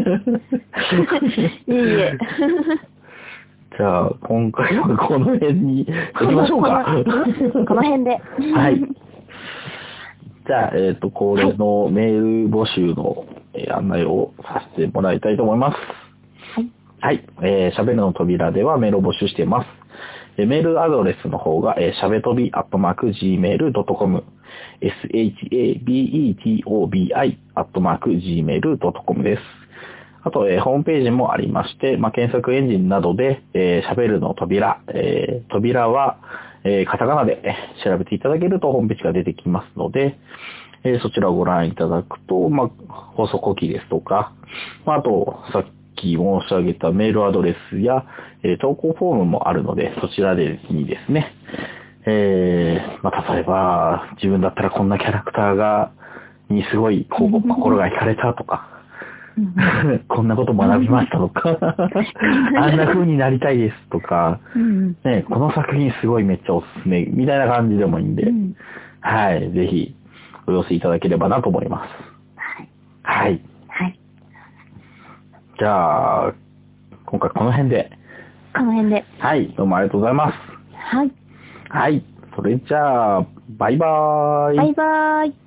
いいえ。
じゃあ、今回はこの辺に行きましょうか。
この辺で。
はい。じゃあ、えっと、恒例のメール募集の案内をさせてもらいたいと思います。はい。はい。えー、しゃべるの扉ではメールを募集しています。メールアドレスの方が、しゃべとびアットマーク ジーメールドットコム、エスエイチエービーイーティーオービーアイ アットマーク ジーメールドットコム です。あと、えー、ホームページもありまして、まあ、検索エンジンなどで、えー、しゃべるの扉、えー、扉は、えー、カタカナで調べていただけるとホームページが出てきますので、 えー、そちらをご覧いただくと、まあ、放送後期ですとか、まあ、あと、さっき申し上げたメールアドレスや、えー、投稿フォームもあるので、そちらでにですね、えー、まあ、例えば、自分だったらこんなキャラクターが、にすごいこう心が惹かれたとか、こんなこと学びましたとか、あんな風になりたいですとか、ね、この作品すごいめっちゃおすすめ、みたいな感じでもいいんで、はい、ぜひお寄せいただければなと思います。はい。
はい。
じゃあ、今回この辺で。
この辺で。
はい、どうもありがとうございます。
はい。
はい、それじゃあ、バイバーイ。
バイバーイ。